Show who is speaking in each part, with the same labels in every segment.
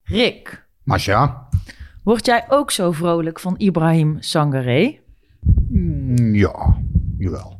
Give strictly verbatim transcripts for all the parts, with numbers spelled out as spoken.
Speaker 1: Rick.
Speaker 2: Masha?
Speaker 1: Word jij ook zo vrolijk van Ibrahim Sangaré?
Speaker 2: Mm, ja, jawel.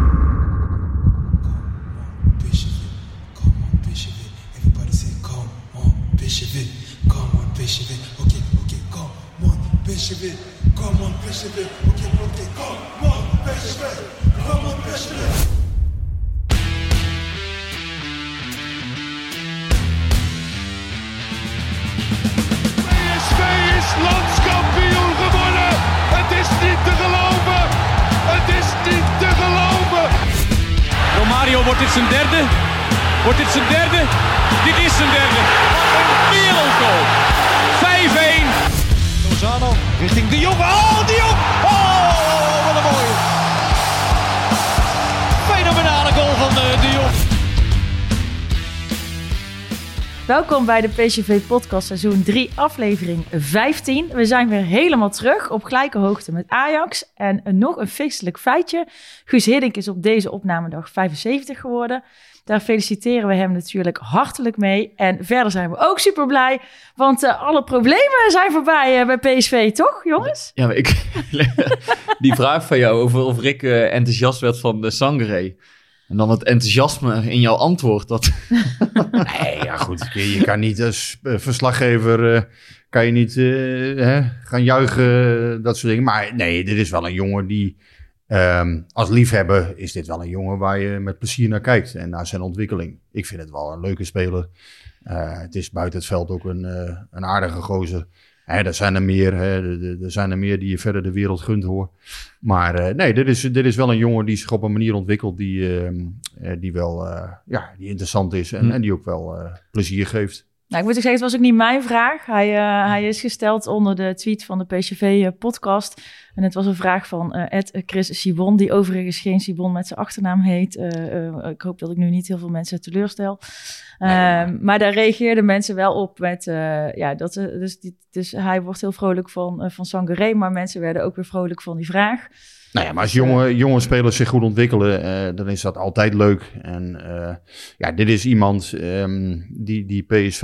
Speaker 3: Landskampioen gewonnen. Het is niet te geloven. Het is niet te geloven.
Speaker 4: Romario, wordt dit zijn derde? Wordt dit zijn derde? Dit is zijn derde. Een wereldgoal. vijf-een.
Speaker 3: Lozano richting De Jong. Oh, De Jong. Oh, wat een mooie. Fenomenale goal van De, de Jong.
Speaker 1: Welkom bij de P S V podcast seizoen drie aflevering vijftien. We zijn weer helemaal terug op gelijke hoogte met Ajax. En nog een feestelijk feitje. Guus Hiddink is op deze opnamedag vijfenzeventig geworden. Daar feliciteren we hem natuurlijk hartelijk mee. En verder zijn we ook super blij, want uh, alle problemen zijn voorbij uh, bij P S V, toch jongens?
Speaker 5: Ja, maar ik, die vraag van jou over of Rick uh, enthousiast werd van de Sangaré. En dan het enthousiasme in jouw antwoord. Dat...
Speaker 2: Nee, ja goed. Je, je kan niet als uh, verslaggever uh, kan je niet uh, hè, gaan juichen, uh, dat soort dingen. Maar nee, dit is wel een jongen die... Um, als liefhebber is dit wel een jongen waar je met plezier naar kijkt. En naar zijn ontwikkeling. Ik vind het wel een leuke speler. Uh, het is buiten het veld ook een, uh, een aardige gozer. Hè, er zijn er meer. Hè, er zijn er meer die je verder de wereld gunt hoor. Maar uh, nee, dit is, dit is wel een jongen die zich op een manier ontwikkelt die, uh, die wel uh, ja, die interessant is. En, hm. en die ook wel uh, plezier geeft.
Speaker 1: Nou, ik moet ook zeggen, het was ook niet mijn vraag. Hij, uh, hij is gesteld onder de tweet van de P S V-podcast. En het was een vraag van uh, Chris Sibon, die overigens geen Sibon met zijn achternaam heet. Uh, uh, ik hoop dat ik nu niet heel veel mensen teleurstel. Uh, nee. Maar daar reageerden mensen wel op met... Uh, ja, dat, uh, dus, die, dus hij wordt heel vrolijk van, uh, van Sangaré, maar mensen werden ook weer vrolijk van die vraag.
Speaker 2: Nou ja, maar als jonge, jonge spelers zich goed ontwikkelen, uh, dan is dat altijd leuk. En uh, ja, dit is iemand um, die, die P S V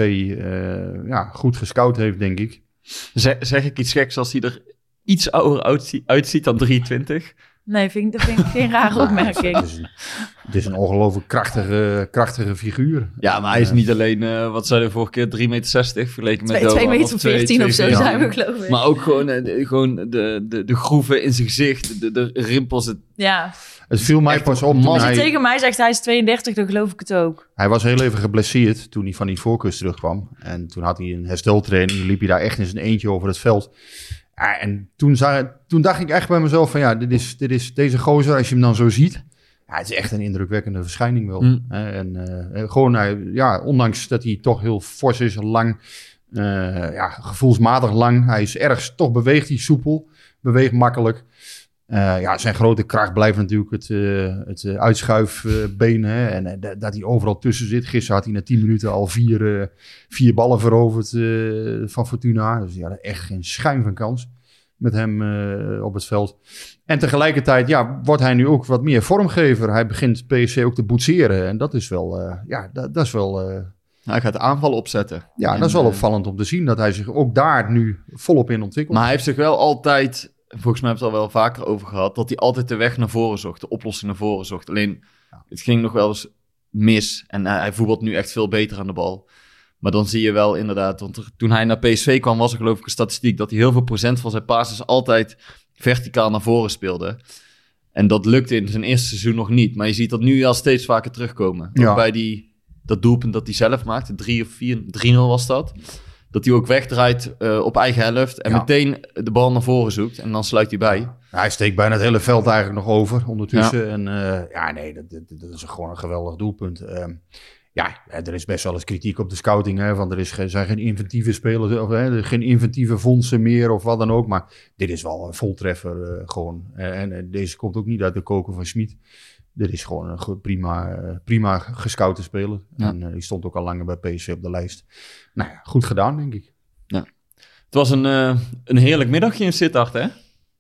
Speaker 2: uh, ja, goed gescout heeft, denk ik.
Speaker 5: Zeg, zeg ik iets geks als hij er iets ouder uitzie, uitziet dan drieëntwintig?
Speaker 1: Nee, vind, dat vind ik geen rare opmerking.
Speaker 2: Het is een, het is een ongelooflijk krachtige, krachtige figuur.
Speaker 5: Ja, maar hij is niet alleen, uh, wat zei de vorige keer, drie meter zestig vergeleken met
Speaker 1: twee meter veertien of zo ja. zijn we geloof ik.
Speaker 5: Maar ook gewoon, uh, gewoon de, de, de groeven in zijn gezicht, de, de rimpels. Het...
Speaker 1: Ja.
Speaker 2: Het viel mij pas op.
Speaker 1: Als
Speaker 2: hij
Speaker 1: hij tegen mij zegt hij is tweeëndertig, dan geloof ik het ook.
Speaker 2: Hij was heel even geblesseerd toen hij van die voorkeurs terugkwam. En toen had hij een hersteltraining. Liep hij daar echt in zijn eentje over het veld. Ja, en toen, zag, toen dacht ik echt bij mezelf van ja, dit is, dit is deze gozer, als je hem dan zo ziet. Ja, het is echt een indrukwekkende verschijning wel. Mm. En uh, gewoon, uh, ja, ondanks dat hij toch heel fors is, lang, uh, ja, gevoelsmatig lang. Hij is erg, toch beweegt hij soepel, beweegt makkelijk. Uh, ja, zijn grote kracht blijft natuurlijk het, uh, het uh, uitschuifbeen. Hè? En uh, d- dat hij overal tussen zit. Gisteren had hij na tien minuten al vier, uh, vier ballen veroverd uh, van Fortuna. Dus ja, echt geen schijn van kans met hem uh, op het veld. En tegelijkertijd ja, wordt hij nu ook wat meer vormgever. Hij begint P S V ook te boetseren. En dat is wel... Uh, ja, dat, dat is wel uh,
Speaker 5: hij gaat aanvallen opzetten.
Speaker 2: Ja, en, dat is wel opvallend om te zien. Dat hij zich ook daar nu volop in ontwikkelt.
Speaker 5: Maar hij heeft zich wel altijd... Volgens mij hebben we het al wel vaker over gehad, dat hij altijd de weg naar voren zocht, de oplossing naar voren zocht. Alleen, ja. Het ging nog wel eens mis en hij, hij voetbalt nu echt veel beter aan de bal. Maar dan zie je wel inderdaad, want er, toen hij naar P S V kwam was er geloof ik een statistiek dat hij heel veel procent van zijn passes altijd verticaal naar voren speelde. En dat lukte in zijn eerste seizoen nog niet, maar je ziet dat nu al steeds vaker terugkomen. Ja. Ook bij die, dat doelpunt dat hij zelf maakte, drie of vier, drie nul was dat. Dat hij ook wegdraait uh, op eigen helft en ja. meteen de bal naar voren zoekt. En dan sluit hij bij.
Speaker 2: Ja, hij steekt bijna het hele veld eigenlijk nog over ondertussen. Ja. En uh, ja, nee, dat, dat, dat is gewoon een geweldig doelpunt. Um, ja, er is best wel eens kritiek op de scouting. Hè, van er is geen, zijn geen inventieve spelers, of hè, geen inventieve fondsen meer of wat dan ook. Maar dit is wel een voltreffer uh, gewoon. En uh, deze komt ook niet uit de koker van Schmid. Dit is gewoon een prima, prima gescoute speler. Ja. En uh, die stond ook al langer bij P S V op de lijst. Nou ja, goed gedaan, denk ik.
Speaker 5: Ja. Het was een, uh, een heerlijk middagje in Sittard, hè?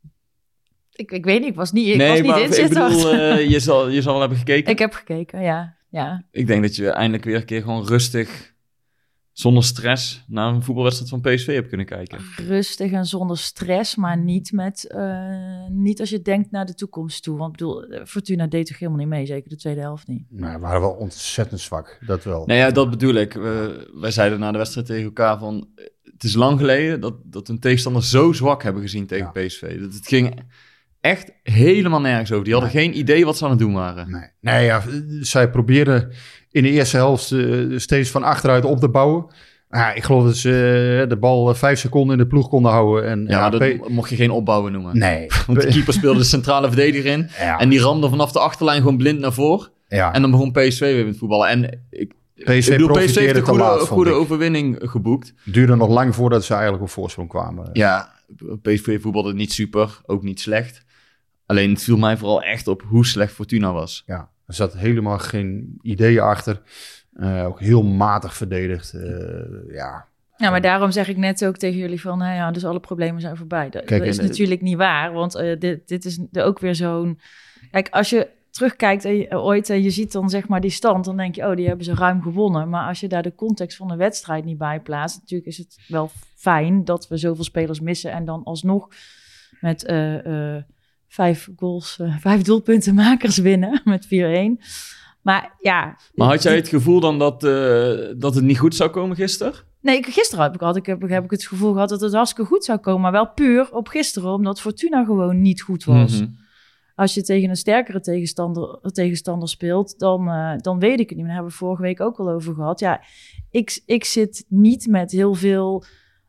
Speaker 1: Ik, ik weet niet, ik was niet, ik
Speaker 5: nee,
Speaker 1: was niet
Speaker 5: maar
Speaker 1: in Sittard.
Speaker 5: Ik bedoel, uh, je, zal, je zal wel hebben gekeken.
Speaker 1: Ik heb gekeken, ja. ja.
Speaker 5: Ik denk dat je eindelijk weer een keer gewoon rustig zonder stress naar een voetbalwedstrijd van P S V heb kunnen kijken.
Speaker 1: Rustig en zonder stress, maar niet, met, uh, niet als je denkt naar de toekomst toe. Want ik bedoel, Fortuna deed toch helemaal niet mee, zeker de tweede helft niet.
Speaker 2: Nou, we waren wel ontzettend zwak, dat wel.
Speaker 5: Nou ja, dat bedoel ik. We, wij zeiden na de wedstrijd tegen elkaar van... Het is lang geleden dat, dat een tegenstander zo zwak hebben gezien tegen ja. P S V. Dat het ging echt helemaal nergens over. Die hadden nee. geen idee wat ze aan het doen waren.
Speaker 2: Nee, nee ja, zij probeerden in de eerste helft uh, steeds van achteruit op te bouwen. Ja, ik geloof dat ze uh, de bal vijf seconden in de ploeg konden houden. En,
Speaker 5: ja,
Speaker 2: ja
Speaker 5: dat
Speaker 2: P-
Speaker 5: mocht je geen opbouwen noemen.
Speaker 2: Nee.
Speaker 5: Want de keeper speelde de centrale verdediger in. Ja. En die ramde vanaf de achterlijn gewoon blind naar voren. Ja. En dan begon P S V weer met voetballen. En ik...
Speaker 2: P S V, ik bedoel, P S V heeft een goede, laat,
Speaker 5: goede overwinning geboekt.
Speaker 2: Het duurde nog lang voordat ze eigenlijk op voorsprong kwamen.
Speaker 5: Ja, P S V voetbalde niet super, ook niet slecht. Alleen het viel mij vooral echt op hoe slecht Fortuna was.
Speaker 2: Ja, er zat helemaal geen idee achter. Uh, ook heel matig verdedigd. Uh, ja.
Speaker 1: Ja, maar daarom zeg ik net ook tegen jullie van... Nou ja, dus alle problemen zijn voorbij. Dat, Kijk, dat is en, natuurlijk niet waar, want uh, dit, dit is ook weer zo'n... Kijk, als je... terugkijkt en je, ooit en je ziet dan zeg maar die stand, dan denk je, oh, die hebben ze ruim gewonnen. Maar als je daar de context van de wedstrijd niet bij plaatst, natuurlijk is het wel fijn dat we zoveel spelers missen en dan alsnog met uh, uh, vijf goals, uh, vijf doelpuntenmakers winnen met vier-een. Maar ja.
Speaker 5: Maar had jij het gevoel dan dat, uh, dat het niet goed zou komen gisteren?
Speaker 1: Nee, ik, gisteren heb ik, had, ik, heb, heb ik het gevoel gehad dat het hartstikke goed zou komen, maar wel puur op gisteren, omdat Fortuna gewoon niet goed was. Mm-hmm. Als je tegen een sterkere tegenstander, tegenstander speelt, dan, uh, dan weet ik het niet. Daar hebben we vorige week ook al over gehad. Ja, ik, ik zit niet met heel veel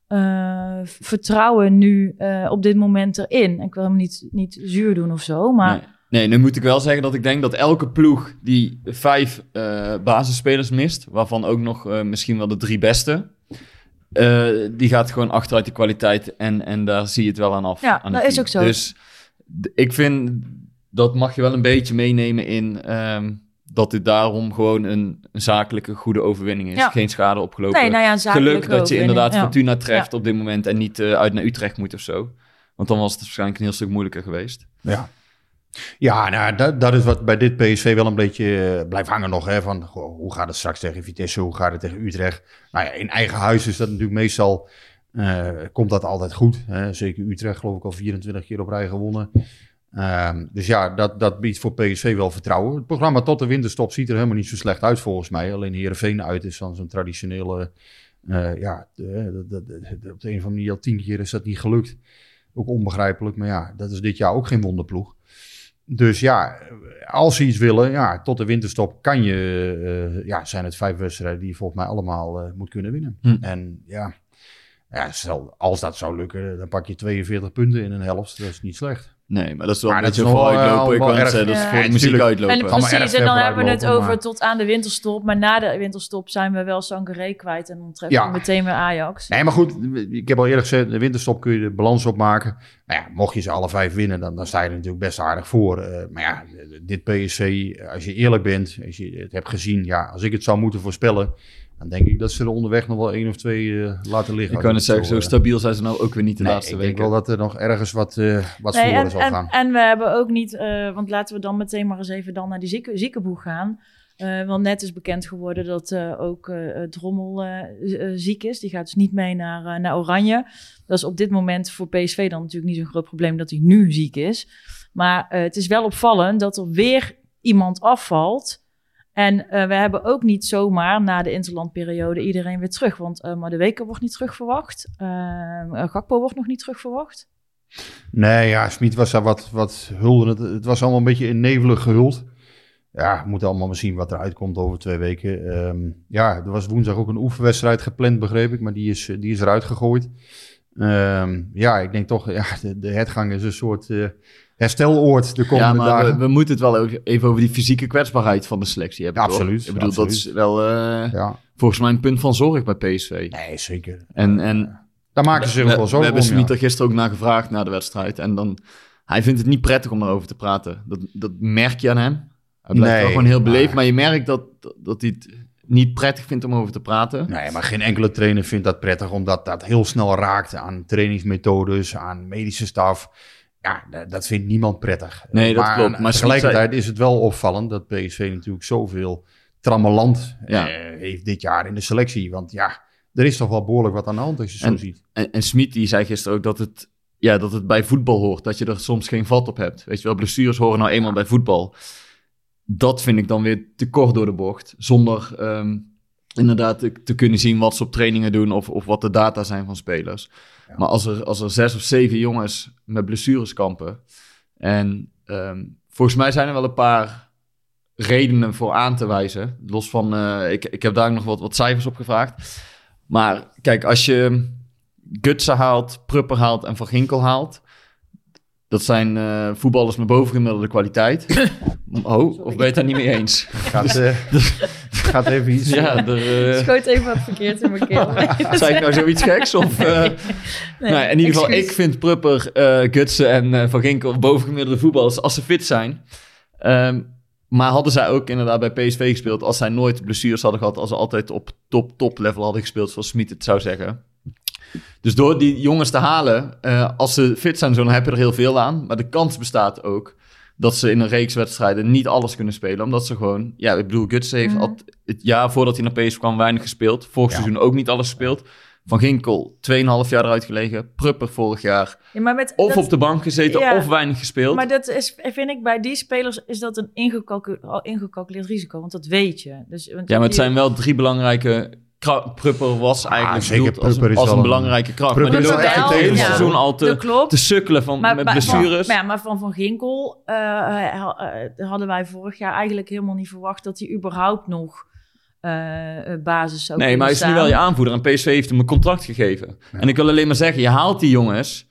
Speaker 1: uh, vertrouwen nu uh, op dit moment erin. Ik wil hem niet, niet zuur doen of zo, maar...
Speaker 5: Nee. Nee, nu moet ik wel zeggen dat ik denk dat elke ploeg die vijf uh, basisspelers mist, waarvan ook nog uh, misschien wel de drie beste, uh, die gaat gewoon achteruit de kwaliteit en, en daar zie je het wel aan af.
Speaker 1: Ja,
Speaker 5: aan
Speaker 1: dat is ook zo.
Speaker 5: Dus ik vind, dat mag je wel een beetje meenemen in um, dat dit daarom gewoon een, een zakelijke goede overwinning is. Ja. Geen schade opgelopen.
Speaker 1: Nee, nou ja,
Speaker 5: geluk dat je inderdaad
Speaker 1: ja.
Speaker 5: Fortuna treft
Speaker 1: ja.
Speaker 5: op dit moment en niet uh, uit naar Utrecht moet of zo. Want dan was het waarschijnlijk een heel stuk moeilijker geweest.
Speaker 2: Ja. Ja, nou, dat, dat is wat bij dit P S V wel een beetje uh, blijft hangen nog. Hè, van, goh, hoe gaat het straks tegen Vitesse? Hoe gaat het tegen Utrecht? Nou ja, in eigen huis is dat natuurlijk meestal... Uh, komt dat altijd goed. Hè? Zeker Utrecht, geloof ik, al vierentwintig keer op rij gewonnen. Um, dus ja, dat, dat biedt voor P S V wel vertrouwen. Het programma tot de winterstop ziet er helemaal niet zo slecht uit volgens mij. Alleen Heerenveen uit is dan zo'n traditionele... Uh, ja, de, de, de, de, op de een of andere manier al tien keer is dat niet gelukt. Ook onbegrijpelijk, maar ja, dat is dit jaar ook geen wonderploeg. Dus ja, als ze iets willen, ja, tot de winterstop kan je... Uh, ja, zijn het vijf wedstrijden die je volgens mij allemaal uh, moet kunnen winnen. Hm. En ja... Ja, stel, als dat zou lukken, dan pak je tweeënveertig punten in een helft. Dat is niet slecht.
Speaker 5: Nee, maar dat is wel maar een beetje voor uitlopen. Ik wou net zeggen, dat is voor de muziek uitlopen.
Speaker 1: En precies, en dan hebben we het over maar... tot aan de winterstop. Maar na de winterstop zijn we wel Sangaré kwijt. En dan treffen ja. we meteen weer Ajax.
Speaker 2: Nee, maar goed, ik heb al eerder gezegd, de winterstop kun je de balans opmaken. Nou ja, mocht je ze alle vijf winnen, dan, dan sta je er natuurlijk best aardig voor. Uh, maar ja, dit P S V, als je eerlijk bent, als je het hebt gezien. Ja, als ik het zou moeten voorspellen... Dan denk ik dat ze er onderweg nog wel één of twee uh, laten liggen.
Speaker 5: Ik kan het zeggen, zo, zo stabiel zijn ze nou ook weer niet de
Speaker 2: nee,
Speaker 5: laatste weken.
Speaker 2: Ik denk wel dat er nog ergens wat, uh, wat nee, voor zal
Speaker 1: en,
Speaker 2: gaan.
Speaker 1: En we hebben ook niet, uh, want laten we dan meteen maar eens even dan naar die zieke, ziekenboeg gaan. Uh, want net is bekend geworden dat uh, ook uh, Drommel uh, uh, ziek is. Die gaat dus niet mee naar, uh, naar Oranje. Dat is op dit moment voor P S V dan natuurlijk niet zo'n groot probleem dat hij nu ziek is. Maar uh, het is wel opvallend dat er weer iemand afvalt... En uh, we hebben ook niet zomaar na de interlandperiode iedereen weer terug. Want uh, Madueke wordt niet terug verwacht. Uh, Gakpo wordt nog niet terug verwacht.
Speaker 2: Nee, ja, Smit was daar wat, wat hulde. Het, het was allemaal een beetje in nevelig gehuld. Ja, we moeten allemaal maar zien wat eruit komt over twee weken. Um, ja, er was woensdag ook een oefenwedstrijd gepland, begreep ik. Maar die is, die is eruit gegooid. Um, ja, ik denk toch, ja, de, de hertgang is een soort... Uh, hersteloord de komende
Speaker 5: ja, maar
Speaker 2: dagen.
Speaker 5: We, we moeten het wel ook even over die fysieke kwetsbaarheid van de selectie hebben.
Speaker 2: Ja, absoluut.
Speaker 5: Ik bedoel,
Speaker 2: absoluut.
Speaker 5: dat is wel uh, ja. volgens mij een punt van zorg bij P S V.
Speaker 2: Nee, zeker.
Speaker 5: En, en
Speaker 2: daar maken ze
Speaker 5: we,
Speaker 2: wel zorgen
Speaker 5: We hebben Smit
Speaker 2: ja.
Speaker 5: er gisteren ook naar gevraagd na de wedstrijd. En dan, hij vindt het niet prettig om daarover te praten. Dat, dat merk je aan hem. Hij blijft nee, wel gewoon heel beleefd, maar... maar je merkt dat, dat hij het niet prettig vindt om over te praten.
Speaker 2: Nee, maar geen enkele trainer vindt dat prettig, omdat dat heel snel raakt aan trainingsmethodes, aan medische staf. Ja, dat vindt niemand prettig.
Speaker 5: Nee, dat
Speaker 2: maar
Speaker 5: klopt. Maar
Speaker 2: tegelijkertijd zei... is het wel opvallend dat P S V natuurlijk zoveel trammeland ja. uh, heeft dit jaar in de selectie. Want ja, er is toch wel behoorlijk wat aan de hand als je zo
Speaker 5: En-
Speaker 2: ziet.
Speaker 5: En, en Smit die zei gisteren ook dat het, ja, dat het bij voetbal hoort. Dat je er soms geen vat op hebt. Weet je wel, blessures horen nou eenmaal bij voetbal. Dat vind ik dan weer te kort door de bocht. Zonder um, inderdaad te, te kunnen zien wat ze op trainingen doen of, of wat de data zijn van spelers.
Speaker 2: Ja.
Speaker 5: Maar als er, als er zes of zeven jongens met blessures kampen. En um, volgens mij zijn er wel een paar redenen voor aan te wijzen. Los van, uh, ik, ik heb daar ook nog wat, wat cijfers op gevraagd. Maar kijk, als je Gutsen haalt, Prupper haalt en Van Ginkel haalt. Dat zijn uh, voetballers met bovengemiddelde kwaliteit. Oh, of ben je het daar niet mee eens?
Speaker 2: Gaat, uh, gaat even iets...
Speaker 5: Ja, er, uh,
Speaker 1: Schoot even wat verkeerd in mijn keel.
Speaker 5: zei ik nou zoiets geks? Of, uh,
Speaker 1: Nee,
Speaker 5: nou, in ieder geval,
Speaker 1: excuus.
Speaker 5: ik vind Prupper, uh, Gutsen en uh, Van Ginkel bovengemiddelde voetballers als ze fit zijn. Um, maar hadden zij ook inderdaad bij P S V gespeeld als zij nooit blessures hadden gehad, als ze altijd op top, top level hadden gespeeld, zoals Smit het zou zeggen. Dus door die jongens te halen, uh, als ze fit zijn, zo, dan heb je er heel veel aan. Maar de kans bestaat ook dat ze in een reeks wedstrijden niet alles kunnen spelen. Omdat ze gewoon, ja, ik bedoel, Gutsen heeft
Speaker 1: Mhm.
Speaker 5: al het jaar voordat hij naar P S V kwam weinig gespeeld. Vorig
Speaker 2: Ja.
Speaker 5: seizoen ook niet alles gespeeld. Van Ginkel, tweeënhalf jaar eruit gelegen. Prupper vorig jaar.
Speaker 1: Ja, maar met,
Speaker 5: Of
Speaker 1: dat-
Speaker 5: op de bank gezeten,
Speaker 1: Ja.
Speaker 5: of weinig gespeeld.
Speaker 1: Maar dat is, vind ik, bij die spelers is dat een ingecalcu- al ingecalculeerd risico, want dat weet je. Dus, want
Speaker 5: Ja, maar het
Speaker 1: die-
Speaker 5: zijn wel drie belangrijke... Kra- Prupper was eigenlijk
Speaker 2: zeker,
Speaker 5: bedoeld als,
Speaker 2: Prupper is
Speaker 5: als
Speaker 2: wel
Speaker 5: een
Speaker 2: een-
Speaker 5: belangrijke kracht.
Speaker 2: Prupper
Speaker 5: maar die
Speaker 1: is
Speaker 5: loopt
Speaker 1: wel
Speaker 5: echt het hele
Speaker 1: ja.
Speaker 5: seizoen al
Speaker 1: dat
Speaker 5: te,
Speaker 1: klopt.
Speaker 5: te sukkelen van,
Speaker 1: Maar,
Speaker 5: met
Speaker 1: bij-
Speaker 5: blessures.
Speaker 1: Van, ja, maar van Van Ginkel eh, ha- eh, hadden wij vorig jaar eigenlijk helemaal niet verwacht dat hij überhaupt nog eh, eh, basis zou
Speaker 5: Nee,
Speaker 1: kunnen
Speaker 5: maar hij is nu
Speaker 1: staan.
Speaker 5: wel je aanvoerder en P S V heeft hem een contract gegeven.
Speaker 2: Ja.
Speaker 5: En ik wil alleen maar zeggen, je haalt die jongens,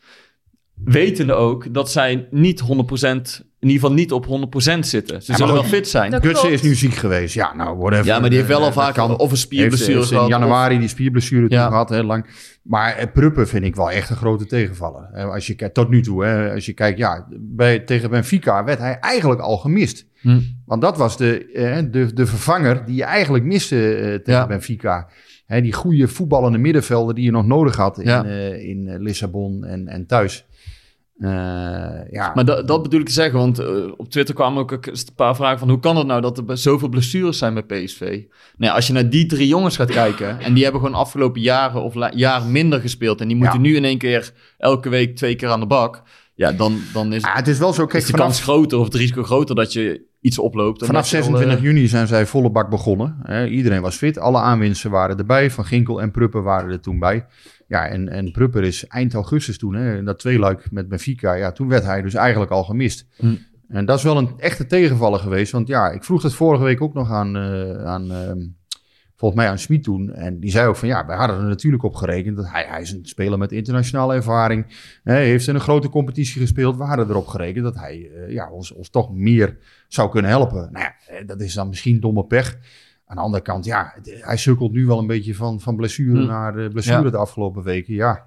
Speaker 5: wetende ook dat zij niet honderd procent, in ieder geval niet op honderd procent zitten. Ze
Speaker 2: maar
Speaker 5: zullen wel
Speaker 2: goed,
Speaker 5: fit zijn.
Speaker 1: dat-
Speaker 2: Gutsen
Speaker 1: klopt.
Speaker 2: is nu ziek geweest. Ja, nou, whatever.
Speaker 5: Ja, maar die heeft wel
Speaker 2: Eh,
Speaker 5: al
Speaker 2: dat
Speaker 5: vaak
Speaker 2: kan.
Speaker 5: of een
Speaker 2: Heeft,
Speaker 5: spierblessure
Speaker 2: heeft in
Speaker 5: gehad.
Speaker 2: januari die spierblessure toen
Speaker 5: Ja.
Speaker 2: gehad, heel lang. Maar eh, Prupper vind ik wel echt een grote tegenvaller. Eh, Als je kijkt, tot nu toe, hè, als je kijkt, ja, bij, tegen Benfica werd hij eigenlijk al gemist.
Speaker 5: Hm.
Speaker 2: Want dat was de, eh, de, de vervanger die je eigenlijk miste eh, tegen
Speaker 5: Ja.
Speaker 2: Benfica. Hè, die goede voetballende middenvelder die je nog nodig had in,
Speaker 5: Ja.
Speaker 2: eh, in eh, Lissabon en, en thuis. Eh, ja.
Speaker 5: Maar dat, dat bedoel ik te zeggen, want uh, op Twitter kwamen ook een paar vragen van hoe kan het nou dat er zoveel blessures zijn bij P S V? Nou ja, als je naar die drie jongens gaat kijken en die hebben gewoon afgelopen jaren of la- jaar minder gespeeld en die moeten
Speaker 2: Ja.
Speaker 5: nu in één keer elke week twee keer aan de bak, ja, dan, dan is,
Speaker 2: Ah, het is wel zo, kijk,
Speaker 5: is de
Speaker 2: vanaf,
Speaker 5: kans groter of het risico groter dat je iets oploopt. dan
Speaker 2: vanaf
Speaker 5: dat je al,
Speaker 2: zesentwintig
Speaker 5: uh,
Speaker 2: juni zijn zij volle bak begonnen. Hè. Iedereen was fit, alle aanwinsten waren erbij. Van Ginkel en Prupper waren er toen bij. Ja, en, en Prupper is eind augustus toen, hè, in dat tweeluik met Benfica. Ja, toen werd hij dus eigenlijk al gemist.
Speaker 5: Hm.
Speaker 2: En dat is wel een echte tegenvaller geweest. Want ja, ik vroeg het vorige week ook nog aan, uh, aan uh, volgens mij aan Smit toen. En die zei ook van ja, wij hadden er natuurlijk op gerekend. Dat hij, hij is een speler met internationale ervaring. Hij heeft in een grote competitie gespeeld. We hadden erop gerekend dat hij uh, ja, ons, ons toch meer zou kunnen helpen. Nou ja, dat is dan misschien domme pech. Aan de andere kant, ja, hij sukkelt nu wel een beetje van, van blessure
Speaker 5: Hm.
Speaker 2: naar uh, blessure
Speaker 5: Ja.
Speaker 2: de afgelopen weken. Ja,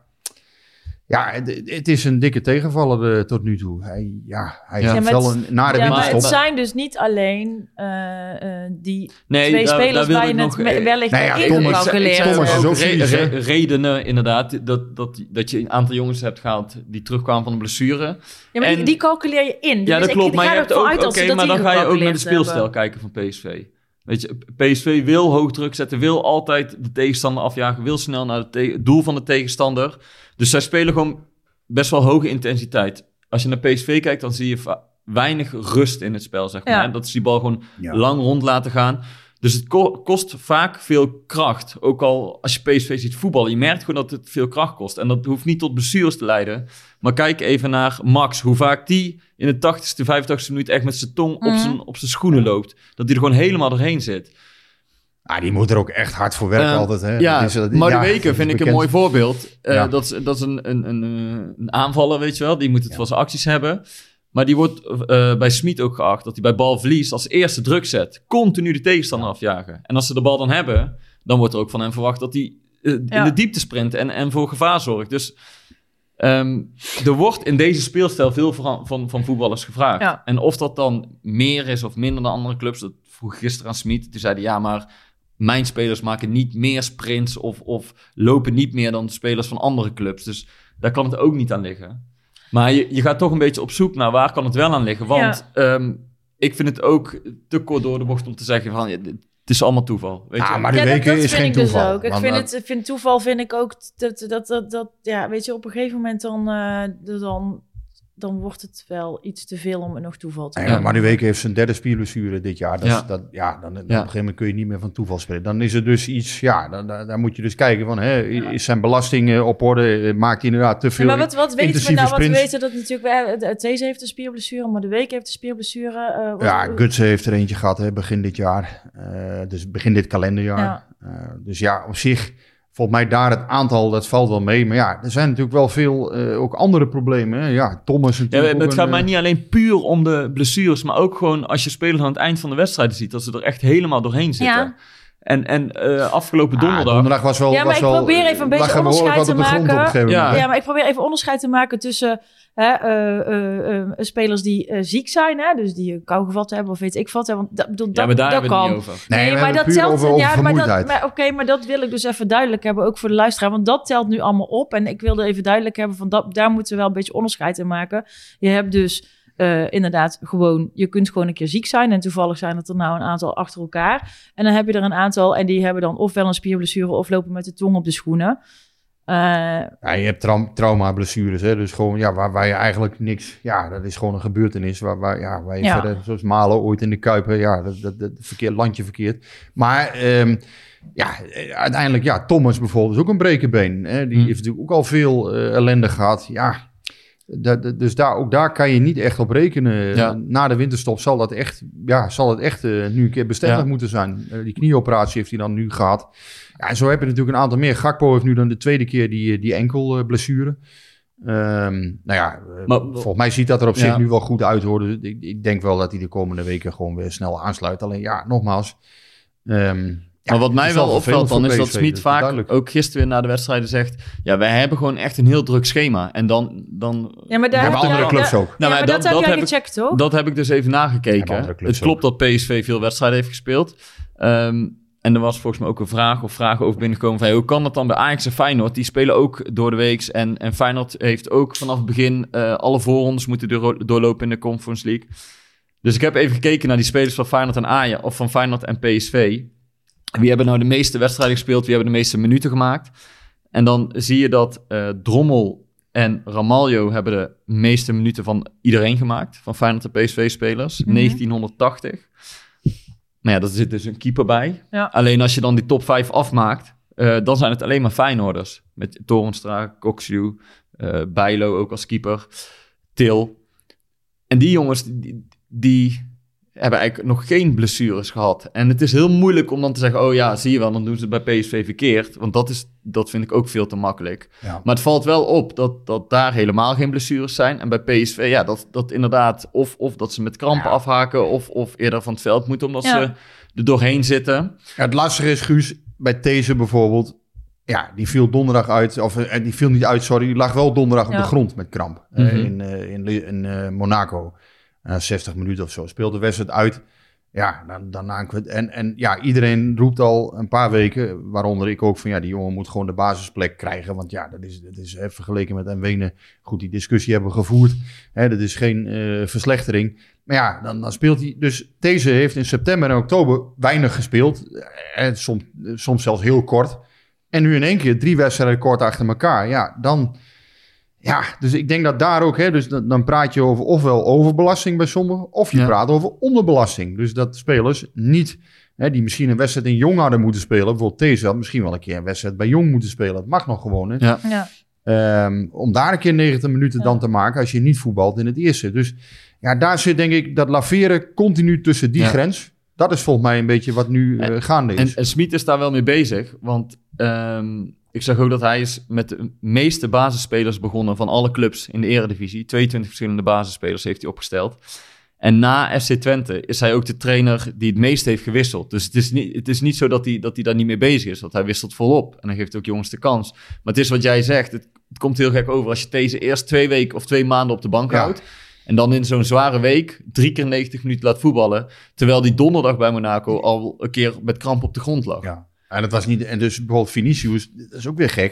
Speaker 2: ja het, het is een dikke tegenvaller uh, tot nu toe. Hij, ja, hij
Speaker 5: Ja.
Speaker 2: heeft
Speaker 1: Ja, maar
Speaker 2: wel
Speaker 1: het-
Speaker 2: een nare
Speaker 1: Ja, maar
Speaker 2: winterstop.
Speaker 1: het zijn dus niet alleen eh, eh, die
Speaker 5: Nee,
Speaker 1: twee
Speaker 5: daar-
Speaker 1: spelers
Speaker 5: daar wilde
Speaker 1: waar je
Speaker 5: ik
Speaker 1: het
Speaker 5: nog,
Speaker 1: me-
Speaker 5: eh,
Speaker 1: wellicht
Speaker 2: nou ja,
Speaker 1: bij
Speaker 2: Thomas-
Speaker 1: ingecalculeerd
Speaker 2: Thomas is
Speaker 1: hebt.
Speaker 2: ook
Speaker 5: re-
Speaker 2: fysisch, hè?
Speaker 5: re- redenen inderdaad, dat, dat, dat je een aantal jongens hebt gehaald die terugkwamen van een blessure.
Speaker 1: Ja, maar die,
Speaker 5: en-
Speaker 1: die calculeer je in.
Speaker 5: Ja,
Speaker 1: Dus
Speaker 5: dat
Speaker 1: ik-
Speaker 5: klopt.
Speaker 1: ik
Speaker 5: Maar
Speaker 1: ga
Speaker 5: je hebt
Speaker 1: ervan
Speaker 5: ook,
Speaker 1: uit
Speaker 5: oké,
Speaker 1: dat ze dat
Speaker 5: maar dan ga je ook naar de
Speaker 1: ingecalculeerd
Speaker 5: speelstijl
Speaker 1: hebben.
Speaker 5: kijken van P S V. Weet je, P S V wil hoog druk zetten, wil altijd de tegenstander afjagen, wil snel naar het te- doel van de tegenstander. Dus zij spelen gewoon best wel hoge intensiteit. Als je naar P S V kijkt, dan zie je va- weinig rust in het spel, zeg maar.
Speaker 1: Ja.
Speaker 5: hè. Dat is die bal gewoon
Speaker 2: Ja.
Speaker 5: lang rond laten gaan. Dus het ko- kost vaak veel kracht. Ook al als je P S V ziet voetballen, je merkt gewoon dat het veel kracht kost. En dat hoeft niet tot blessures te leiden. Maar kijk even naar Max, hoe vaak die in de tachtigste, vijfentachtigste minuut echt met zijn tong op
Speaker 1: Mhm.
Speaker 5: zijn, op zijn schoenen loopt. Dat hij er gewoon helemaal doorheen zit.
Speaker 2: Ah, die moet er ook echt hard voor werken
Speaker 5: Eh,
Speaker 2: altijd. Hè?
Speaker 5: Ja,
Speaker 2: Dat is, dat-
Speaker 5: maar
Speaker 2: ja,
Speaker 5: de weken
Speaker 2: dat is
Speaker 5: vind ik een
Speaker 2: bekend.
Speaker 5: mooi voorbeeld. Eh,
Speaker 2: Ja.
Speaker 5: dat, is, dat is een, een, een, eh, een aanvaller, weet je wel. Die moet het
Speaker 2: Ja.
Speaker 5: voor zijn acties hebben. Maar die wordt eh, bij Smit ook geacht dat hij bij balverlies als eerste druk zet. Continu de tegenstander afjagen. En als ze de bal dan hebben, dan wordt er ook van hem verwacht dat hij eh, in
Speaker 1: Ja.
Speaker 5: de diepte sprint en, en voor gevaar zorgt. Dus ehm, er wordt in deze speelstijl veel van, van, van voetballers gevraagd.
Speaker 1: Ja.
Speaker 5: En of dat dan meer is of minder dan andere clubs, dat vroeg ik gisteren aan Smit. Die zeiden ja, maar mijn spelers maken niet meer sprints of, of lopen niet meer dan de spelers van andere clubs. Dus daar kan het ook niet aan liggen. Maar je, je gaat toch een beetje op zoek naar waar kan het wel aan liggen. Want ehm, ik vind het ook te kort door de bocht om te zeggen van ja, dit- Het is allemaal toeval. Weet
Speaker 2: Ah,
Speaker 5: je?
Speaker 2: maar de
Speaker 1: Ja, dat,
Speaker 2: weken
Speaker 1: dat
Speaker 2: is
Speaker 1: vind
Speaker 2: geen
Speaker 1: ik dus
Speaker 2: toeval.
Speaker 1: ook. Ik
Speaker 2: Want,
Speaker 1: vind,
Speaker 2: uh,
Speaker 1: het, ik vind toeval vind ik ook dat, dat, dat, dat ja, weet je, op een gegeven moment dan, uh, dan, dan wordt het wel iets te veel om er nog toeval te
Speaker 2: Ja,
Speaker 1: hebben.
Speaker 2: maar de week heeft zijn derde spierblessure dit jaar. Dat,
Speaker 5: Ja.
Speaker 2: is, dat, ja, dan, dan op
Speaker 5: Ja.
Speaker 2: een gegeven moment kun je niet meer van toeval spreken. Dan is er dus iets, ja, dan, dan, dan moet je dus kijken van, hè, is zijn belasting uh, op orde? Maakt hij inderdaad te veel
Speaker 1: Ja, maar wat, wat weten we
Speaker 2: intensieve
Speaker 1: nou? Wat we
Speaker 2: sprints?
Speaker 1: weten dat natuurlijk, we, These heeft een spierblessure, maar de Week heeft een spierblessure. Uh, wat-
Speaker 2: Ja, Gutsen heeft er eentje gehad, hè, begin dit jaar. Uh, dus begin dit kalenderjaar.
Speaker 1: Ja.
Speaker 2: Uh, dus ja, op zich, volgens mij daar het aantal, dat valt wel mee. Maar ja, er zijn natuurlijk wel veel, uh, ook andere problemen. Hè. Ja, Thomas
Speaker 5: Ja,
Speaker 2: natuurlijk
Speaker 5: het
Speaker 2: ook
Speaker 5: gaat
Speaker 2: een,
Speaker 5: mij
Speaker 2: uh,
Speaker 5: niet alleen puur om de blessures, maar ook gewoon als je spelers aan het eind van de wedstrijden ziet, dat ze er echt helemaal doorheen zitten.
Speaker 1: Ja.
Speaker 5: En, en uh, afgelopen
Speaker 2: ah,
Speaker 5: donderdag...
Speaker 2: donderdag was wel.
Speaker 1: Ja, maar
Speaker 2: was
Speaker 1: ik
Speaker 2: wel,
Speaker 1: probeer even een beetje
Speaker 2: lag er behoorlijk
Speaker 1: onderscheid
Speaker 2: wat
Speaker 1: te
Speaker 2: op de grond
Speaker 1: maken.
Speaker 2: op een gegeven
Speaker 5: Ja.
Speaker 2: moment.
Speaker 1: Ja, maar ik probeer even onderscheid te maken tussen hè, uh, uh, uh, spelers die uh, ziek zijn, hè, dus die een kou gevat hebben of weet ik wat. Hè, want dat, bedoel, dat,
Speaker 5: ja, maar daar
Speaker 1: dat
Speaker 5: hebben we
Speaker 1: kan.
Speaker 5: het niet over.
Speaker 2: Nee,
Speaker 1: Nee,
Speaker 2: we
Speaker 1: maar
Speaker 2: hebben
Speaker 1: dat
Speaker 2: het puur
Speaker 1: telt.
Speaker 2: over, over
Speaker 1: ja, maar dat,
Speaker 2: vermoeidheid.
Speaker 1: maar, Oké, maar dat wil ik dus even duidelijk hebben, ook voor de luisteraar. Want dat telt nu allemaal op. En ik wilde even duidelijk hebben van dat, daar moeten we wel een beetje onderscheid in maken. Je hebt dus uh, inderdaad gewoon, je kunt gewoon een keer ziek zijn. En toevallig zijn het er nou een aantal achter elkaar. En dan heb je er een aantal en die hebben dan ofwel een spierblessure of lopen met de tong op de schoenen. Uh,
Speaker 2: Ja, je hebt trau- trauma-blessures, hè? Dus gewoon, ja, waar, waar je eigenlijk niks... Ja, dat is gewoon een gebeurtenis waar, waar, ja, waar je
Speaker 1: Ja.
Speaker 2: verder... Zoals Malen ooit in de Kuip, hè, ja, dat, dat, dat verkeerd, landje verkeerd. Maar um, ja, uiteindelijk, ja, Thomas bijvoorbeeld is ook een brekenbeen. Hè? Die
Speaker 5: Hmm.
Speaker 2: heeft natuurlijk ook al veel uh, ellende gehad. Ja, dat, dat, dus daar, ook daar kan je niet echt op rekenen.
Speaker 5: Ja.
Speaker 2: Na de winterstop zal dat echt, ja, zal het echt uh, nu een keer bestendig
Speaker 5: Ja.
Speaker 2: moeten zijn. Uh, die knieoperatie heeft hij dan nu gehad. Ja, en zo heb je natuurlijk een aantal meer. Gakpo heeft nu dan de tweede keer die, die enkelblessure. Um, nou ja,
Speaker 5: Maar-
Speaker 2: volgens mij ziet dat er op
Speaker 5: Ja.
Speaker 2: zich nu wel goed uit. Hoor. Dus ik, ik denk wel dat hij de komende weken gewoon weer snel aansluit. Alleen ja, nogmaals. Um, ja,
Speaker 5: maar wat
Speaker 2: het
Speaker 5: mij
Speaker 2: is
Speaker 5: wel
Speaker 2: vervelend
Speaker 5: opvalt dan
Speaker 2: voor
Speaker 5: is dat
Speaker 2: P S V,
Speaker 5: Smit
Speaker 2: dat is
Speaker 5: vaak
Speaker 2: duidelijk.
Speaker 5: ook gisteren weer na de wedstrijden zegt, ja, wij hebben gewoon echt een heel druk schema. En dan... dan
Speaker 1: ja, maar daar
Speaker 2: hebben
Speaker 1: heb je-
Speaker 2: andere clubs
Speaker 1: ja,
Speaker 2: ook.
Speaker 1: Ja,
Speaker 5: Nou,
Speaker 1: maar
Speaker 5: maar
Speaker 1: dat,
Speaker 5: dat-
Speaker 1: heb
Speaker 5: dat
Speaker 1: jij
Speaker 5: heb ik-
Speaker 1: gecheckt, toch?
Speaker 5: Dat heb ik dus even
Speaker 2: Hebben
Speaker 5: nagekeken.
Speaker 2: andere clubs
Speaker 5: Het klopt dat P S V veel wedstrijden heeft gespeeld. Um, en er was volgens mij ook een vraag of vragen over binnengekomen van, hey, hoe kan dat dan bij Ajax en Feyenoord? Die spelen ook door de weeks. En, en Feyenoord heeft ook vanaf het begin uh, alle voorrondes moeten door, doorlopen in de Conference League. Dus ik heb even gekeken naar die spelers van Feyenoord en Ajax, of van Feyenoord en P S V. Wie hebben nou de meeste wedstrijden gespeeld? Wie hebben de meeste minuten gemaakt? En dan zie je dat uh, Drommel en Ramaljo hebben de meeste minuten van iedereen gemaakt. Van Feyenoord en P S V-spelers.
Speaker 1: Mhm.
Speaker 5: negentienhonderdtachtig. Maar ja, daar zit dus een keeper bij.
Speaker 1: Ja.
Speaker 5: Alleen als je dan die top vijf afmaakt, uh, dan zijn het alleen maar Feyenoorders. Met Torenstra, Coxu, uh, Bijlo ook als keeper, Til. En die jongens, die, die hebben eigenlijk nog geen blessures gehad. En het is heel moeilijk om dan te zeggen, oh ja, zie je wel, dan doen ze het bij P S V verkeerd. Want dat, is, dat vind ik ook veel te makkelijk.
Speaker 2: Ja.
Speaker 5: Maar het valt wel op dat, dat daar helemaal geen blessures zijn. En bij P S V, ja, dat, dat inderdaad, of, of dat ze met krampen
Speaker 2: Ja.
Speaker 5: afhaken, of, of eerder van het veld moeten, omdat
Speaker 1: Ja.
Speaker 5: ze er doorheen zitten.
Speaker 2: Ja, het lastige is, Guus, bij These bijvoorbeeld. Ja, die viel donderdag uit. Of uh, die viel niet uit, sorry. Die lag wel donderdag
Speaker 1: Ja.
Speaker 2: op de grond met kramp. uh,
Speaker 5: Mhm.
Speaker 2: in uh, in, in uh, Monaco. Uh, zestig minuten of zo. Speelde de wedstrijd uit. Ja, dan, dan na een kwart- en, en ja, iedereen roept al een paar weken, waaronder ik ook, van ja, die jongen moet gewoon de basisplek krijgen. Want ja, dat is, dat is hè, vergeleken met Mwene. Goed, die discussie hebben we gevoerd. Hè, dat is geen uh, verslechtering. Maar ja, dan, dan speelt hij. Dus deze heeft in september en oktober weinig gespeeld. En soms, soms zelfs heel kort. En nu in één keer drie wedstrijden kort achter elkaar. Ja, dan. Ja, dus ik denk dat daar ook, hè, dus dan, dan praat je over ofwel overbelasting bij sommigen, of je
Speaker 5: Ja.
Speaker 2: praat over onderbelasting. Dus dat spelers niet, hè, die misschien een wedstrijd in Jong hadden moeten spelen, bijvoorbeeld deze had misschien wel een keer een wedstrijd bij Jong moeten spelen. Dat mag nog gewoon, hè.
Speaker 5: Ja.
Speaker 1: Ja.
Speaker 2: Um, om daar een keer negentig minuten
Speaker 1: Ja.
Speaker 2: dan te maken als je niet voetbalt in het eerste. Dus ja, daar zit denk ik dat laveren continu tussen die
Speaker 5: Ja.
Speaker 2: grens. Dat is volgens mij een beetje wat nu uh, gaande
Speaker 5: En,
Speaker 2: is.
Speaker 5: en Smit is daar wel mee bezig, want um, ik zag ook dat hij is met de meeste basisspelers begonnen van alle clubs in de Eredivisie. tweeëntwintig verschillende basisspelers heeft hij opgesteld. En na F C Twente is hij ook de trainer die het meest heeft gewisseld. Dus het is niet, het is niet zo dat hij, dat hij daar niet mee bezig is, want hij wisselt volop. En hij geeft ook jongens de kans. Maar het is wat jij zegt, het, het komt heel gek over als je deze eerst twee weken of twee maanden op de bank
Speaker 2: Ja.
Speaker 5: houdt. En dan in zo'n zware week drie keer negentig minuten laat voetballen. Terwijl die donderdag bij Monaco al een keer met kramp op de grond lag.
Speaker 2: Ja. En dat was niet. En dus bijvoorbeeld Vinicius, dat is ook weer gek.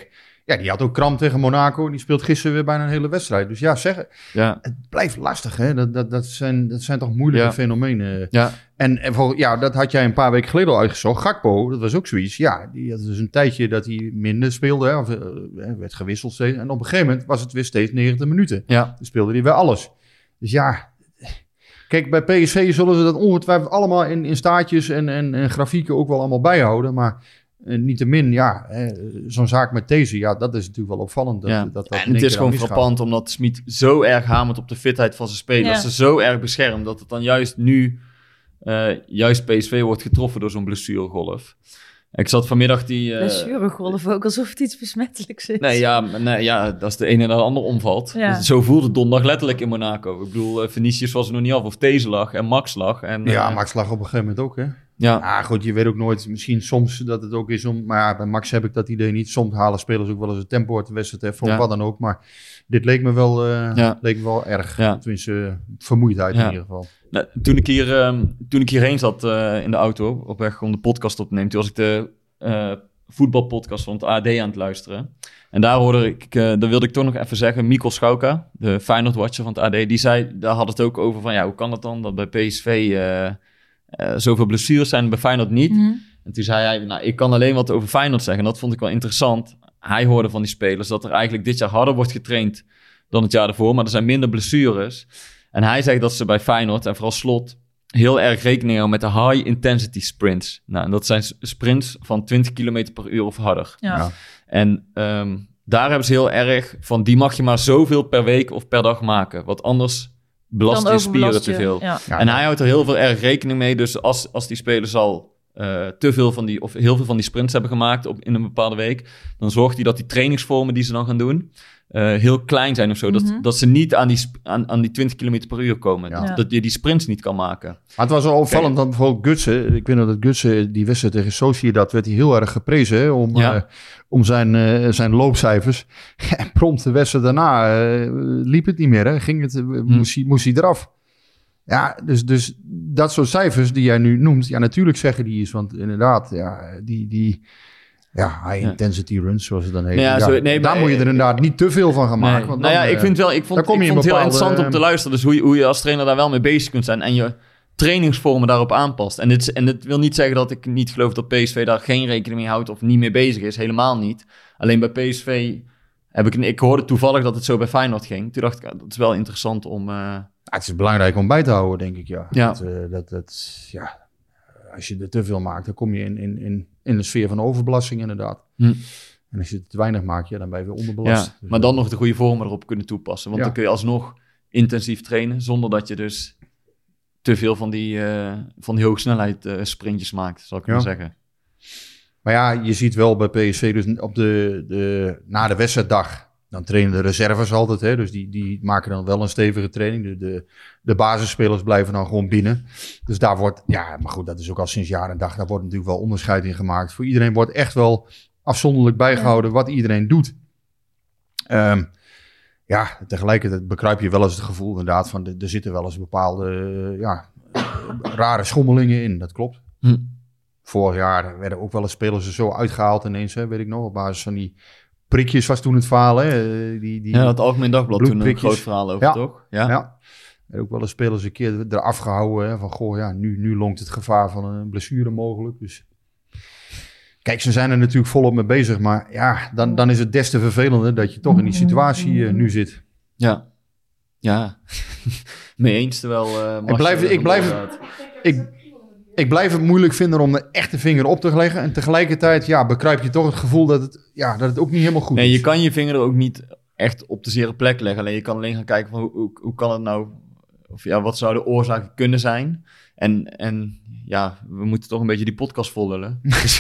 Speaker 2: Ja, die had ook kramp tegen Monaco. Die speelt gisteren weer bijna een hele wedstrijd. Dus ja, zeg,
Speaker 5: Ja.
Speaker 2: het blijft lastig. Hè? Dat, dat, dat, zijn, dat zijn toch moeilijke
Speaker 5: Ja.
Speaker 2: fenomenen.
Speaker 5: Ja.
Speaker 2: En, en voor, ja, dat had jij een paar weken geleden al uitgezocht. Gakpo, dat was ook zoiets. Ja, die had dus een tijdje dat hij minder speelde. Hè, of uh, werd gewisseld steeds. En op een gegeven moment was het weer steeds negentig minuten.
Speaker 5: Ja.
Speaker 2: Dan speelde hij weer alles. Dus ja, kijk, bij P S V zullen ze dat ongetwijfeld allemaal in, in staartjes en, en, en grafieken ook wel allemaal bijhouden. Maar uh, niettemin, ja, hè, zo'n zaak met deze, ja, dat is natuurlijk wel opvallend. Dat,
Speaker 5: Ja.
Speaker 2: dat, dat
Speaker 5: en
Speaker 2: in één
Speaker 5: het is
Speaker 2: keer
Speaker 5: gewoon
Speaker 2: dan misgaat.
Speaker 5: frappant omdat Smit zo erg hamert op de fitheid van zijn spelers.
Speaker 1: Ja.
Speaker 5: Ze zo erg beschermt dat het dan juist nu, uh, juist P S V wordt getroffen door zo'n blessuregolf. Ik zat vanmiddag die... Uh,
Speaker 1: Blessuregolf ook, alsof het iets besmettelijks is.
Speaker 5: Nee, ja, nee, ja, dat is de ene naar de ander omvalt.
Speaker 1: Ja.
Speaker 5: Dus zo voelde het donderdag letterlijk in Monaco. Ik bedoel, uh, Vinicius was er nog niet af, of These lag en Max lag. En, uh,
Speaker 2: Ja, Max lag op een gegeven moment ook, hè?
Speaker 5: Ja,
Speaker 2: Ja, goed, je weet ook nooit. Misschien soms dat het ook is om... Maar ja, bij Max heb ik dat idee niet. Soms halen spelers ook wel eens een tempo uit de wedstrijd even, of
Speaker 5: Ja.
Speaker 2: wat dan ook. Maar dit leek me wel, uh,
Speaker 5: Ja.
Speaker 2: leek me wel erg.
Speaker 5: Ja.
Speaker 2: Tenminste, uh, vermoeidheid
Speaker 5: Ja.
Speaker 2: in ieder geval.
Speaker 5: nou, toen, ik hier, uh, toen ik hierheen zat uh, in de auto, op weg om de podcast op te nemen, toen was ik de uh, voetbalpodcast van het A D aan het luisteren. En daar hoorde ik, uh, daar wilde ik toch nog even zeggen, Mikkel Schauka, de Feyenoord-watcher van het A D, die zei, daar had het ook over van, ja, hoe kan het dan dat bij P S V uh, uh, zoveel blessures zijn en bij Feyenoord niet?
Speaker 1: Mm-hmm.
Speaker 5: En toen zei hij, nou, ik kan alleen wat over Feyenoord zeggen. En dat vond ik wel interessant. Hij hoorde van die spelers dat er eigenlijk dit jaar harder wordt getraind dan het jaar ervoor. Maar er zijn minder blessures. En hij zegt dat ze bij Feyenoord en vooral Slot heel erg rekening houden met de high-intensity sprints. Nou, en dat zijn sprints van twintig kilometer per uur of harder.
Speaker 1: Ja.
Speaker 2: Ja.
Speaker 5: En um, daar hebben ze heel erg van, die mag je maar zoveel per week of per dag maken. Want anders belast
Speaker 1: Dan
Speaker 5: je spieren
Speaker 1: overbelast
Speaker 5: te
Speaker 1: je.
Speaker 5: veel.
Speaker 1: Ja.
Speaker 2: Ja,
Speaker 5: en
Speaker 2: ja.
Speaker 5: hij houdt er heel veel erg rekening mee. Dus als, als die spelers al uh, te veel van die, of heel veel van die sprints hebben gemaakt op, in een bepaalde week, dan zorgt hij dat die trainingsvormen die ze dan gaan doen, uh, heel klein zijn of zo.
Speaker 1: Mm-hmm.
Speaker 5: Dat, dat ze niet aan die, sp- aan, aan die twintig kilometer per uur komen.
Speaker 2: Ja.
Speaker 5: Dat, dat je die sprints niet kan maken.
Speaker 2: Maar het was wel opvallend dat bijvoorbeeld Gutsen, ik weet nog dat Gutsen, die wedstrijd tegen Sociedad, werd hij heel erg geprezen hè, om,
Speaker 5: Ja.
Speaker 2: uh, om zijn, uh, zijn loopcijfers. En prompt de wedstrijd daarna uh, liep het niet meer, hè. Ging het, uh, moest, hij, moest hij eraf. Ja, dus, dus dat soort cijfers die jij nu noemt, ja, natuurlijk zeggen die iets, want inderdaad, ja, die, die ja, high
Speaker 5: Ja.
Speaker 2: intensity runs, zoals het dan heet.
Speaker 5: Ja,
Speaker 2: Ja,
Speaker 5: zo- nee,
Speaker 2: daar
Speaker 5: maar-
Speaker 2: moet je er inderdaad niet te veel van gaan maken.
Speaker 5: Nee.
Speaker 2: Want
Speaker 5: Nou
Speaker 2: dan,
Speaker 5: ja, ik
Speaker 2: uh,
Speaker 5: vind wel, ik vond,
Speaker 2: dan kom
Speaker 5: ik
Speaker 2: je in
Speaker 5: vond het heel
Speaker 2: bepaalde,
Speaker 5: interessant om te luisteren. Dus hoe je, hoe je als trainer daar wel mee bezig kunt zijn en je trainingsvormen daarop aanpast. En dit, en dit wil niet zeggen dat ik niet geloof dat P S V daar geen rekening mee houdt of niet mee bezig is. Helemaal niet. Alleen bij P S V heb ik, een, ik hoorde toevallig dat het zo bij Feyenoord ging. Toen dacht ik, dat is wel interessant om... Uh,
Speaker 2: Ja, het is belangrijk om bij te houden, denk ik, ja.
Speaker 5: Ja.
Speaker 2: Dat, uh, dat, dat, ja. Als je er te veel maakt, dan kom je in, in, in, in de sfeer van overbelasting inderdaad.
Speaker 5: Hm.
Speaker 2: En als je het te weinig maakt, ja, dan ben je weer onderbelast.
Speaker 5: ja,
Speaker 2: Dus,
Speaker 5: maar dan nog de goede vormen erop kunnen toepassen. Want
Speaker 2: Ja.
Speaker 5: dan kun je alsnog intensief trainen zonder dat je dus te veel van die, uh, van die hoogsnelheid uh, sprintjes maakt, zal ik
Speaker 2: Ja.
Speaker 5: maar zeggen.
Speaker 2: Maar ja, je ziet wel bij P S V, dus op de, de, na de wedstrijddag, dan trainen de reserves altijd. Hè, dus die, die maken dan wel een stevige training. De, de, de basisspelers blijven dan gewoon binnen. Dus daar wordt, ja, maar goed, dat is ook al sinds jaar en dag, daar wordt natuurlijk wel onderscheid in gemaakt. Voor iedereen wordt echt wel afzonderlijk bijgehouden wat iedereen doet. Um, ja, tegelijkertijd bekruip je wel eens het gevoel inderdaad van, er zitten wel eens bepaalde, uh, ja, rare schommelingen in, dat klopt.
Speaker 5: Hm.
Speaker 2: Vorig jaar werden ook wel eens spelers er zo uitgehaald ineens, hè, weet ik nog, op basis van die prikjes was toen het verhaal, hè. Die, die,
Speaker 5: Ja, het Algemeen Dagblad toen een
Speaker 2: bloedprikjes.
Speaker 5: groot verhaal over,
Speaker 2: Ja.
Speaker 5: toch? Ja.
Speaker 2: Ja. En ook wel eens spelers een keer eraf gehouden, hè, van goh, ja, nu, nu lonkt het gevaar van een blessure mogelijk, dus... Kijk, ze zijn er natuurlijk volop mee bezig, maar ja, dan, dan is het des te vervelender dat je toch in die situatie uh, nu zit.
Speaker 5: Ja. Ja. Mee eens, terwijl... Uh,
Speaker 2: ik blijf, ik, blijf, ik, ik blijf het moeilijk vinden om de echte vinger op te leggen. En tegelijkertijd, ja, bekruip je toch het gevoel dat het, ja, dat het ook niet helemaal goed
Speaker 5: nee,
Speaker 2: is.
Speaker 5: je kan je vinger er ook niet echt op de zere plek leggen. Alleen je kan alleen gaan kijken van hoe, hoe, hoe kan het nou... Of ja, wat zouden de oorzaken kunnen zijn? En, en ja, we moeten toch een beetje die podcast vollullen.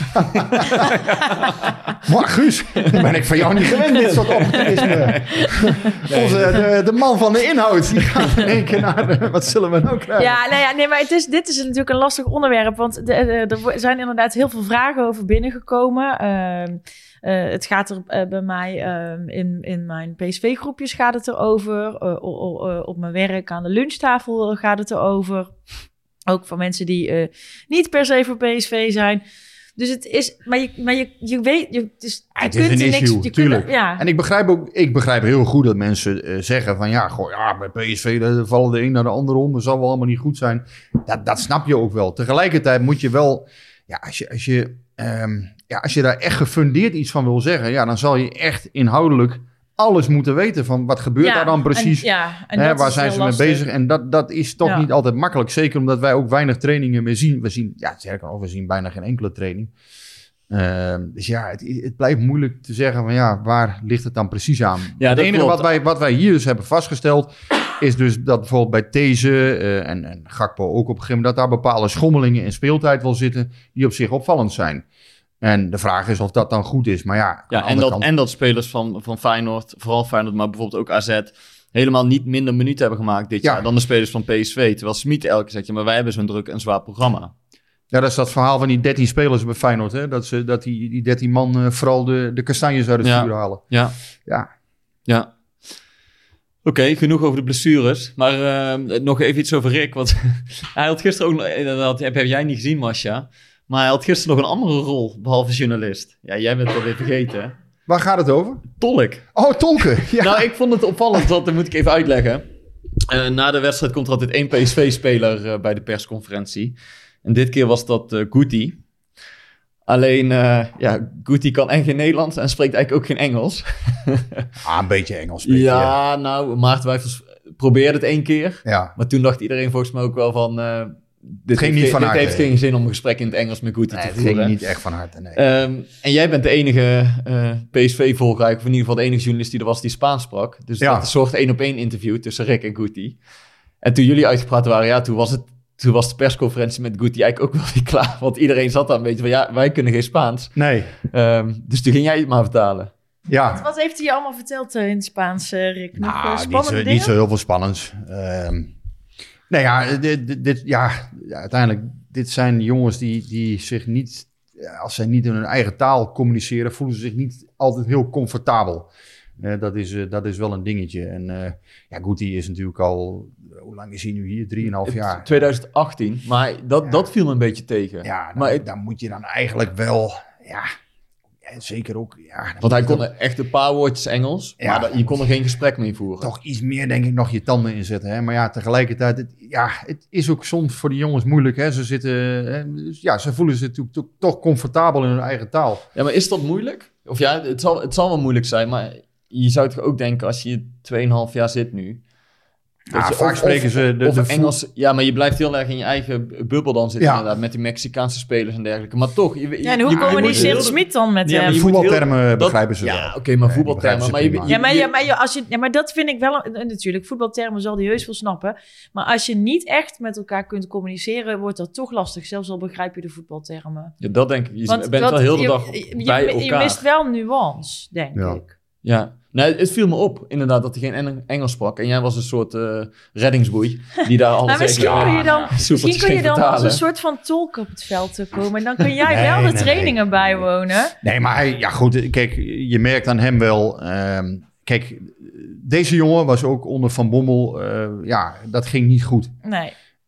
Speaker 2: Maar Guus, ben ik van jou niet gewend, dit soort optimisme. Onze, de, de man van de inhoud, die gaat in één keer naar de, wat zullen we nou krijgen?
Speaker 1: Ja, nou ja, nee, maar het is, dit is natuurlijk een lastig onderwerp, want de, de, er zijn inderdaad heel veel vragen over binnengekomen. Uh, uh, het gaat er uh, bij mij uh, in, in mijn P S V-groepjes gaat het erover. Uh, uh, uh, op mijn werk aan de lunchtafel gaat het erover. Ook van mensen die uh, niet per se voor P S V zijn. Dus het is, maar je, maar je, je weet, je, dus,
Speaker 2: Ja,
Speaker 1: je
Speaker 2: het is
Speaker 1: kunt
Speaker 2: een
Speaker 1: er niks,
Speaker 2: issue,
Speaker 1: je
Speaker 2: tuurlijk.
Speaker 1: kunt, ja.
Speaker 2: En ik begrijp ook, ik begrijp heel goed dat mensen uh, zeggen van ja, goh, ja, bij P S V daar vallen de een naar de ander om, dat zal wel allemaal niet goed zijn. Dat, dat snap je ook wel. Tegelijkertijd moet je wel, ja, als je, als je, um, ja, als je daar echt gefundeerd iets van wil zeggen, ja, dan zal je echt inhoudelijk alles moeten weten van wat gebeurt
Speaker 1: Ja,
Speaker 2: daar dan precies.
Speaker 1: En, ja, en
Speaker 2: Hè,
Speaker 1: dat
Speaker 2: waar
Speaker 1: is
Speaker 2: zijn
Speaker 1: heel
Speaker 2: ze mee
Speaker 1: lastig.
Speaker 2: bezig? En dat, dat is toch
Speaker 1: Ja.
Speaker 2: niet altijd makkelijk. Zeker omdat wij ook weinig trainingen meer zien. We zien, ja, sterker nog, we zien bijna geen enkele training. Uh, dus ja, het, het blijft moeilijk te zeggen van ja, waar ligt het dan precies aan?
Speaker 5: Ja,
Speaker 2: het
Speaker 5: dat
Speaker 2: enige
Speaker 5: klopt.
Speaker 2: wat wij, wat wij hier dus hebben vastgesteld is dus dat bijvoorbeeld bij These uh, en, en Gakpo ook op een gegeven moment dat daar bepaalde schommelingen in speeltijd wel zitten die op zich opvallend zijn. En de vraag is of dat dan goed is. Maar ja, aan de
Speaker 5: Ja, en
Speaker 2: andere
Speaker 5: dat,
Speaker 2: kant-
Speaker 5: en dat spelers van, van Feyenoord, vooral Feyenoord, maar bijvoorbeeld ook A Z, helemaal niet minder minuten hebben gemaakt dit
Speaker 2: Ja.
Speaker 5: jaar dan de spelers van P S V. Terwijl Smit elke keer zegt, ja, maar wij hebben zo'n druk en zwaar programma.
Speaker 2: Ja, dat is dat verhaal van die dertien spelers bij Feyenoord. Hè? Dat, ze, dat die, die dertien man uh, vooral de, de kastanjes uit het
Speaker 5: Ja.
Speaker 2: vuur halen.
Speaker 5: Ja,
Speaker 2: Ja,
Speaker 5: ja. Oké, genoeg over de blessures. Maar uh, nog even iets over Rick. Want hij had gisteren ook... Dat heb, heb jij niet gezien, Masja. Maar hij had gisteren nog een andere rol, behalve journalist. Ja, jij bent het alweer vergeten, hè?
Speaker 2: waar gaat het over?
Speaker 5: Tolk.
Speaker 2: Oh, tolken. Ja.
Speaker 5: Nou, ik vond het opvallend, dat moet ik even uitleggen. Uh, na de wedstrijd komt er altijd één P S V-speler uh, bij de persconferentie. En dit keer was dat uh, Guti. Alleen, uh, ja, Guti kan echt geen Nederlands en spreekt eigenlijk ook geen Engels.
Speaker 2: Ah, een beetje Engels spreken.
Speaker 5: Ja, nou, Maarten Wijfels probeerde het één keer.
Speaker 2: Ja.
Speaker 5: Maar toen dacht iedereen volgens mij ook wel van... Uh, dit
Speaker 2: ging
Speaker 5: heeft,
Speaker 2: niet van
Speaker 5: dit
Speaker 2: harte.
Speaker 5: heeft geen zin om een gesprek in het Engels met Guti
Speaker 2: Nee,
Speaker 5: te
Speaker 2: het
Speaker 5: voeren.
Speaker 2: ging niet echt van harte, nee.
Speaker 5: Um, en jij bent de enige uh, P S V-volger, of in ieder geval de enige journalist die er was die Spaans sprak. Dus
Speaker 2: Ja.
Speaker 5: dat is een soort één-op-één interview tussen Rick en Guti. En toen jullie uitgepraat waren, ja, toen was, het, toen was de persconferentie met Guti eigenlijk ook wel weer klaar. Want iedereen zat daar een beetje van, ja, wij kunnen geen Spaans.
Speaker 2: Nee,
Speaker 5: Um, dus toen ging jij het maar vertalen.
Speaker 2: ja.
Speaker 1: Wat heeft hij je allemaal verteld uh, in het Spaans, uh, Rick? Nog uh,
Speaker 2: Nou, niet
Speaker 1: spannende
Speaker 2: zo,
Speaker 1: dingen?
Speaker 2: niet zo heel veel spannends. Um, nou ja, dit, dit, dit- ja, ja, uiteindelijk, dit zijn jongens die, die zich niet, ja, als zij niet in hun eigen taal communiceren, voelen ze zich niet altijd heel comfortabel. Uh, dat, is, uh, dat is wel een dingetje. En uh, ja, Guti is natuurlijk al, hoe lang is hij nu hier? Drieënhalf jaar.
Speaker 5: twintig achttien, maar dat,
Speaker 2: Ja.
Speaker 5: dat viel me een beetje tegen.
Speaker 2: Ja, dan,
Speaker 5: maar het-
Speaker 2: dan moet je dan eigenlijk wel, ja, ja zeker ook. Ja, dan
Speaker 5: Want
Speaker 2: moet
Speaker 5: hij
Speaker 2: je
Speaker 5: kon
Speaker 2: toch-
Speaker 5: echt een paar woordjes Engels,
Speaker 2: Ja.
Speaker 5: maar dat- je kon er geen gesprek mee voeren.
Speaker 2: toch iets meer, denk ik, nog je tanden inzetten. Hè? Maar ja, tegelijkertijd, het, ja, het is ook soms voor de jongens moeilijk. Hè? Ze zitten, hè, dus ja, ze voelen zich natuurlijk to- toch comfortabel in hun eigen taal.
Speaker 5: Ja, maar is dat moeilijk? Of ja, het zal, het zal wel moeilijk zijn, maar je zou toch ook denken als je hier tweeënhalf jaar zit nu.
Speaker 2: Ja,
Speaker 5: dat je-
Speaker 2: vaak
Speaker 5: of-
Speaker 2: spreken
Speaker 5: of-
Speaker 2: ze de,
Speaker 5: of
Speaker 2: de vo-
Speaker 5: Engels, ja, maar je blijft heel erg in je eigen bubbel dan zitten
Speaker 2: Ja.
Speaker 5: inderdaad, met die Mexicaanse spelers en dergelijke. Maar toch, je, je,
Speaker 1: Ja, en hoe
Speaker 5: je- je moet
Speaker 1: communiceert
Speaker 5: heel-
Speaker 1: Smit dan met
Speaker 5: Ja, maar
Speaker 1: hem?
Speaker 5: je moet heel-
Speaker 2: voetbaltermen
Speaker 5: dat-
Speaker 2: begrijpen ze
Speaker 5: Ja,
Speaker 2: wel.
Speaker 5: oké, maar
Speaker 2: Ja, die begrijpen
Speaker 5: voetbaltermen.
Speaker 2: ze
Speaker 5: Maar je,
Speaker 2: prima.
Speaker 5: je-
Speaker 1: Ja, maar,
Speaker 5: je-
Speaker 1: ja, maar, je, als je, ja, maar dat vind ik wel... een- natuurlijk, voetbaltermen zal die heus wel snappen. Maar als je niet echt met elkaar kunt communiceren... wordt dat toch lastig. Zelfs al begrijp je de voetbaltermen.
Speaker 5: ja, dat denk ik. Je
Speaker 1: Want
Speaker 5: bent
Speaker 1: dat-
Speaker 5: wel heel de
Speaker 1: je-
Speaker 5: dag
Speaker 1: je,
Speaker 5: bij
Speaker 1: je,
Speaker 5: elkaar.
Speaker 1: je mist wel nuance, denk
Speaker 2: Ja.
Speaker 1: ik.
Speaker 5: Ja, nee, het viel me op inderdaad dat hij geen Eng- Engels sprak. En jij was een soort eh, reddingsboei die daar alles
Speaker 1: Nou, misschien
Speaker 5: even-
Speaker 1: kun je dan,
Speaker 5: soepeltjes
Speaker 1: misschien kun je
Speaker 5: ging
Speaker 1: dan als
Speaker 5: vertalen.
Speaker 1: een soort van tolk op het veld te komen. En dan kun jij
Speaker 2: Nee,
Speaker 1: wel de
Speaker 2: nee, nee.
Speaker 1: trainingen bijwonen.
Speaker 2: Nee, maar hij, ja goed, kijk, je merkt aan hem wel... ehm, kijk, deze jongen was ook onder Van Bommel... eh, ja, dat ging niet goed.
Speaker 1: Nee.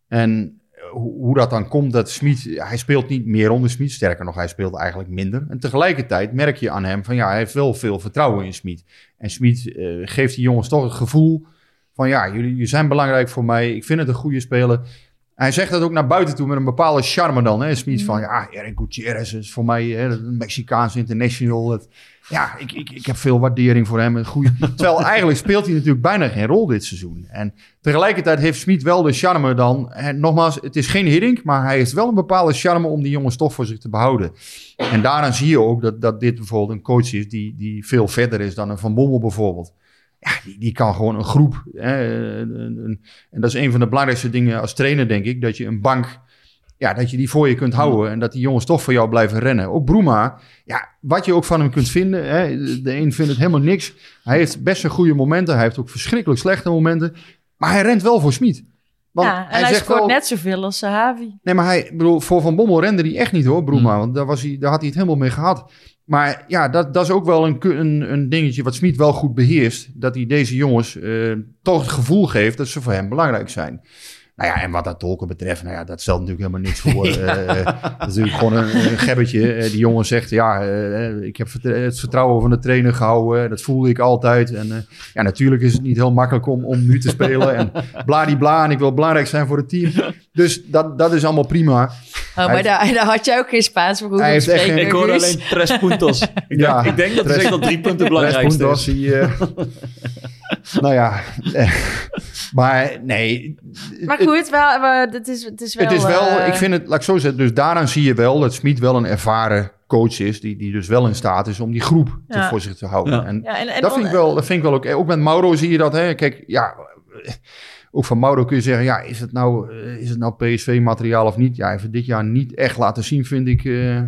Speaker 2: En hoe, hoe dat dan komt, dat Smit, hij speelt niet meer onder Smit. Sterker nog, hij speelt eigenlijk minder. En tegelijkertijd merk je aan hem van ja, hij heeft wel veel vertrouwen in Smit. En Smit eh, geeft die jongens toch het gevoel van ja, jullie, jullie zijn belangrijk voor mij. Ik vind het een goede speler. Hij zegt dat ook naar buiten toe met een bepaalde charme dan. Hè? Smit van ja, Eric Gutierrez is voor mij hè, een Mexicaans international. Het, ja, ik, ik, ik heb veel waardering voor hem. Een goede... Terwijl eigenlijk speelt hij natuurlijk bijna geen rol dit seizoen. En tegelijkertijd heeft Smit wel de charme dan. En nogmaals, het is geen Hiddink, maar hij heeft wel een bepaalde charme om die jongens toch voor zich te behouden. En daaraan zie je ook dat, dat dit bijvoorbeeld een coach is die, die veel verder is dan een Van Bommel bijvoorbeeld. Ja, die, die kan gewoon een groep. Hè, een, een, en dat is een van de belangrijkste dingen als trainer, denk ik. Dat je een bank, ja, dat je die voor je kunt houden. En dat die jongens toch voor jou blijven rennen. Ook Bruma, ja, wat je ook van hem kunt vinden. Hè, de een vindt het helemaal niks. Hij heeft best een goede momenten. Hij heeft ook verschrikkelijk slechte momenten. Maar hij rent wel voor Smit. Want
Speaker 1: Ja, en hij,
Speaker 2: zegt
Speaker 1: scoort
Speaker 2: wel-
Speaker 1: net zoveel als Sahavi.
Speaker 2: Nee, maar hij, ik bedoel, voor Van Bommel rende hij echt niet hoor, Bruma.
Speaker 5: Hmm.
Speaker 2: Want daar, was hij, daar had hij het helemaal mee gehad. Maar ja, dat, dat is ook wel een, een, een dingetje wat Smit wel goed beheerst. Dat hij deze jongens uh, toch het gevoel geeft dat ze voor hem belangrijk zijn. Nou ja, en wat dat tolken betreft, nou ja, dat stelt natuurlijk helemaal niks voor. uh, dat is natuurlijk gewoon een, een gebbetje. Uh, die jongen zegt, ja, uh, ik heb het vertrouwen van de trainer gehouden. Dat voelde ik altijd. En uh, ja, natuurlijk is het niet heel makkelijk om, om nu te spelen. En bladibla, en ik wil belangrijk zijn voor het team. Dus dat, dat is allemaal prima.
Speaker 1: Oh, maar daar, daar had jij ook geen Spaans voor hoeven te spreken.
Speaker 5: Ik hoorde alleen tres puntos. ik, ja, denk, ik denk dat hij zegt dat drie punten belangrijk is.
Speaker 2: Puntos, die, uh, nou ja, eh, maar nee.
Speaker 1: Maar goed, wel, wel, het, is, het is wel...
Speaker 2: Het is wel,
Speaker 1: uh,
Speaker 2: ik vind het, laat ik zo zeggen, dus daaraan zie je wel dat Smit wel een ervaren coach is, die, die dus wel in staat is om die groep ja. te, voor zich te houden. Ja. En, ja, en, en dat, vind ik wel, dat vind ik wel ook, ook met Mauro zie je dat, hè. Kijk, ja... Ook van Mauro kun je zeggen, ja, is het nou, uh, is het nou P S V-materiaal of niet? Ja, hij heeft het dit jaar niet echt laten zien, vind ik. Uh, uh,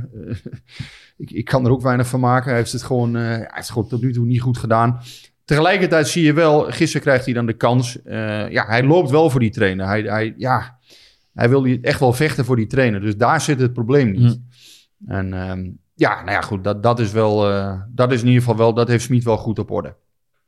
Speaker 2: ik. Ik kan er ook weinig van maken. Hij heeft het gewoon, uh, hij heeft het gewoon tot nu toe niet goed gedaan. Tegelijkertijd zie je wel, gisteren krijgt hij dan de kans. Uh, ja, hij loopt wel voor die trainer. Hij, hij, ja, hij wil echt wel vechten voor die trainer. Dus daar zit het probleem niet. Mm. En um, ja, nou ja, goed, dat, dat is wel, uh, dat is in ieder geval wel, dat heeft Smit wel goed op orde.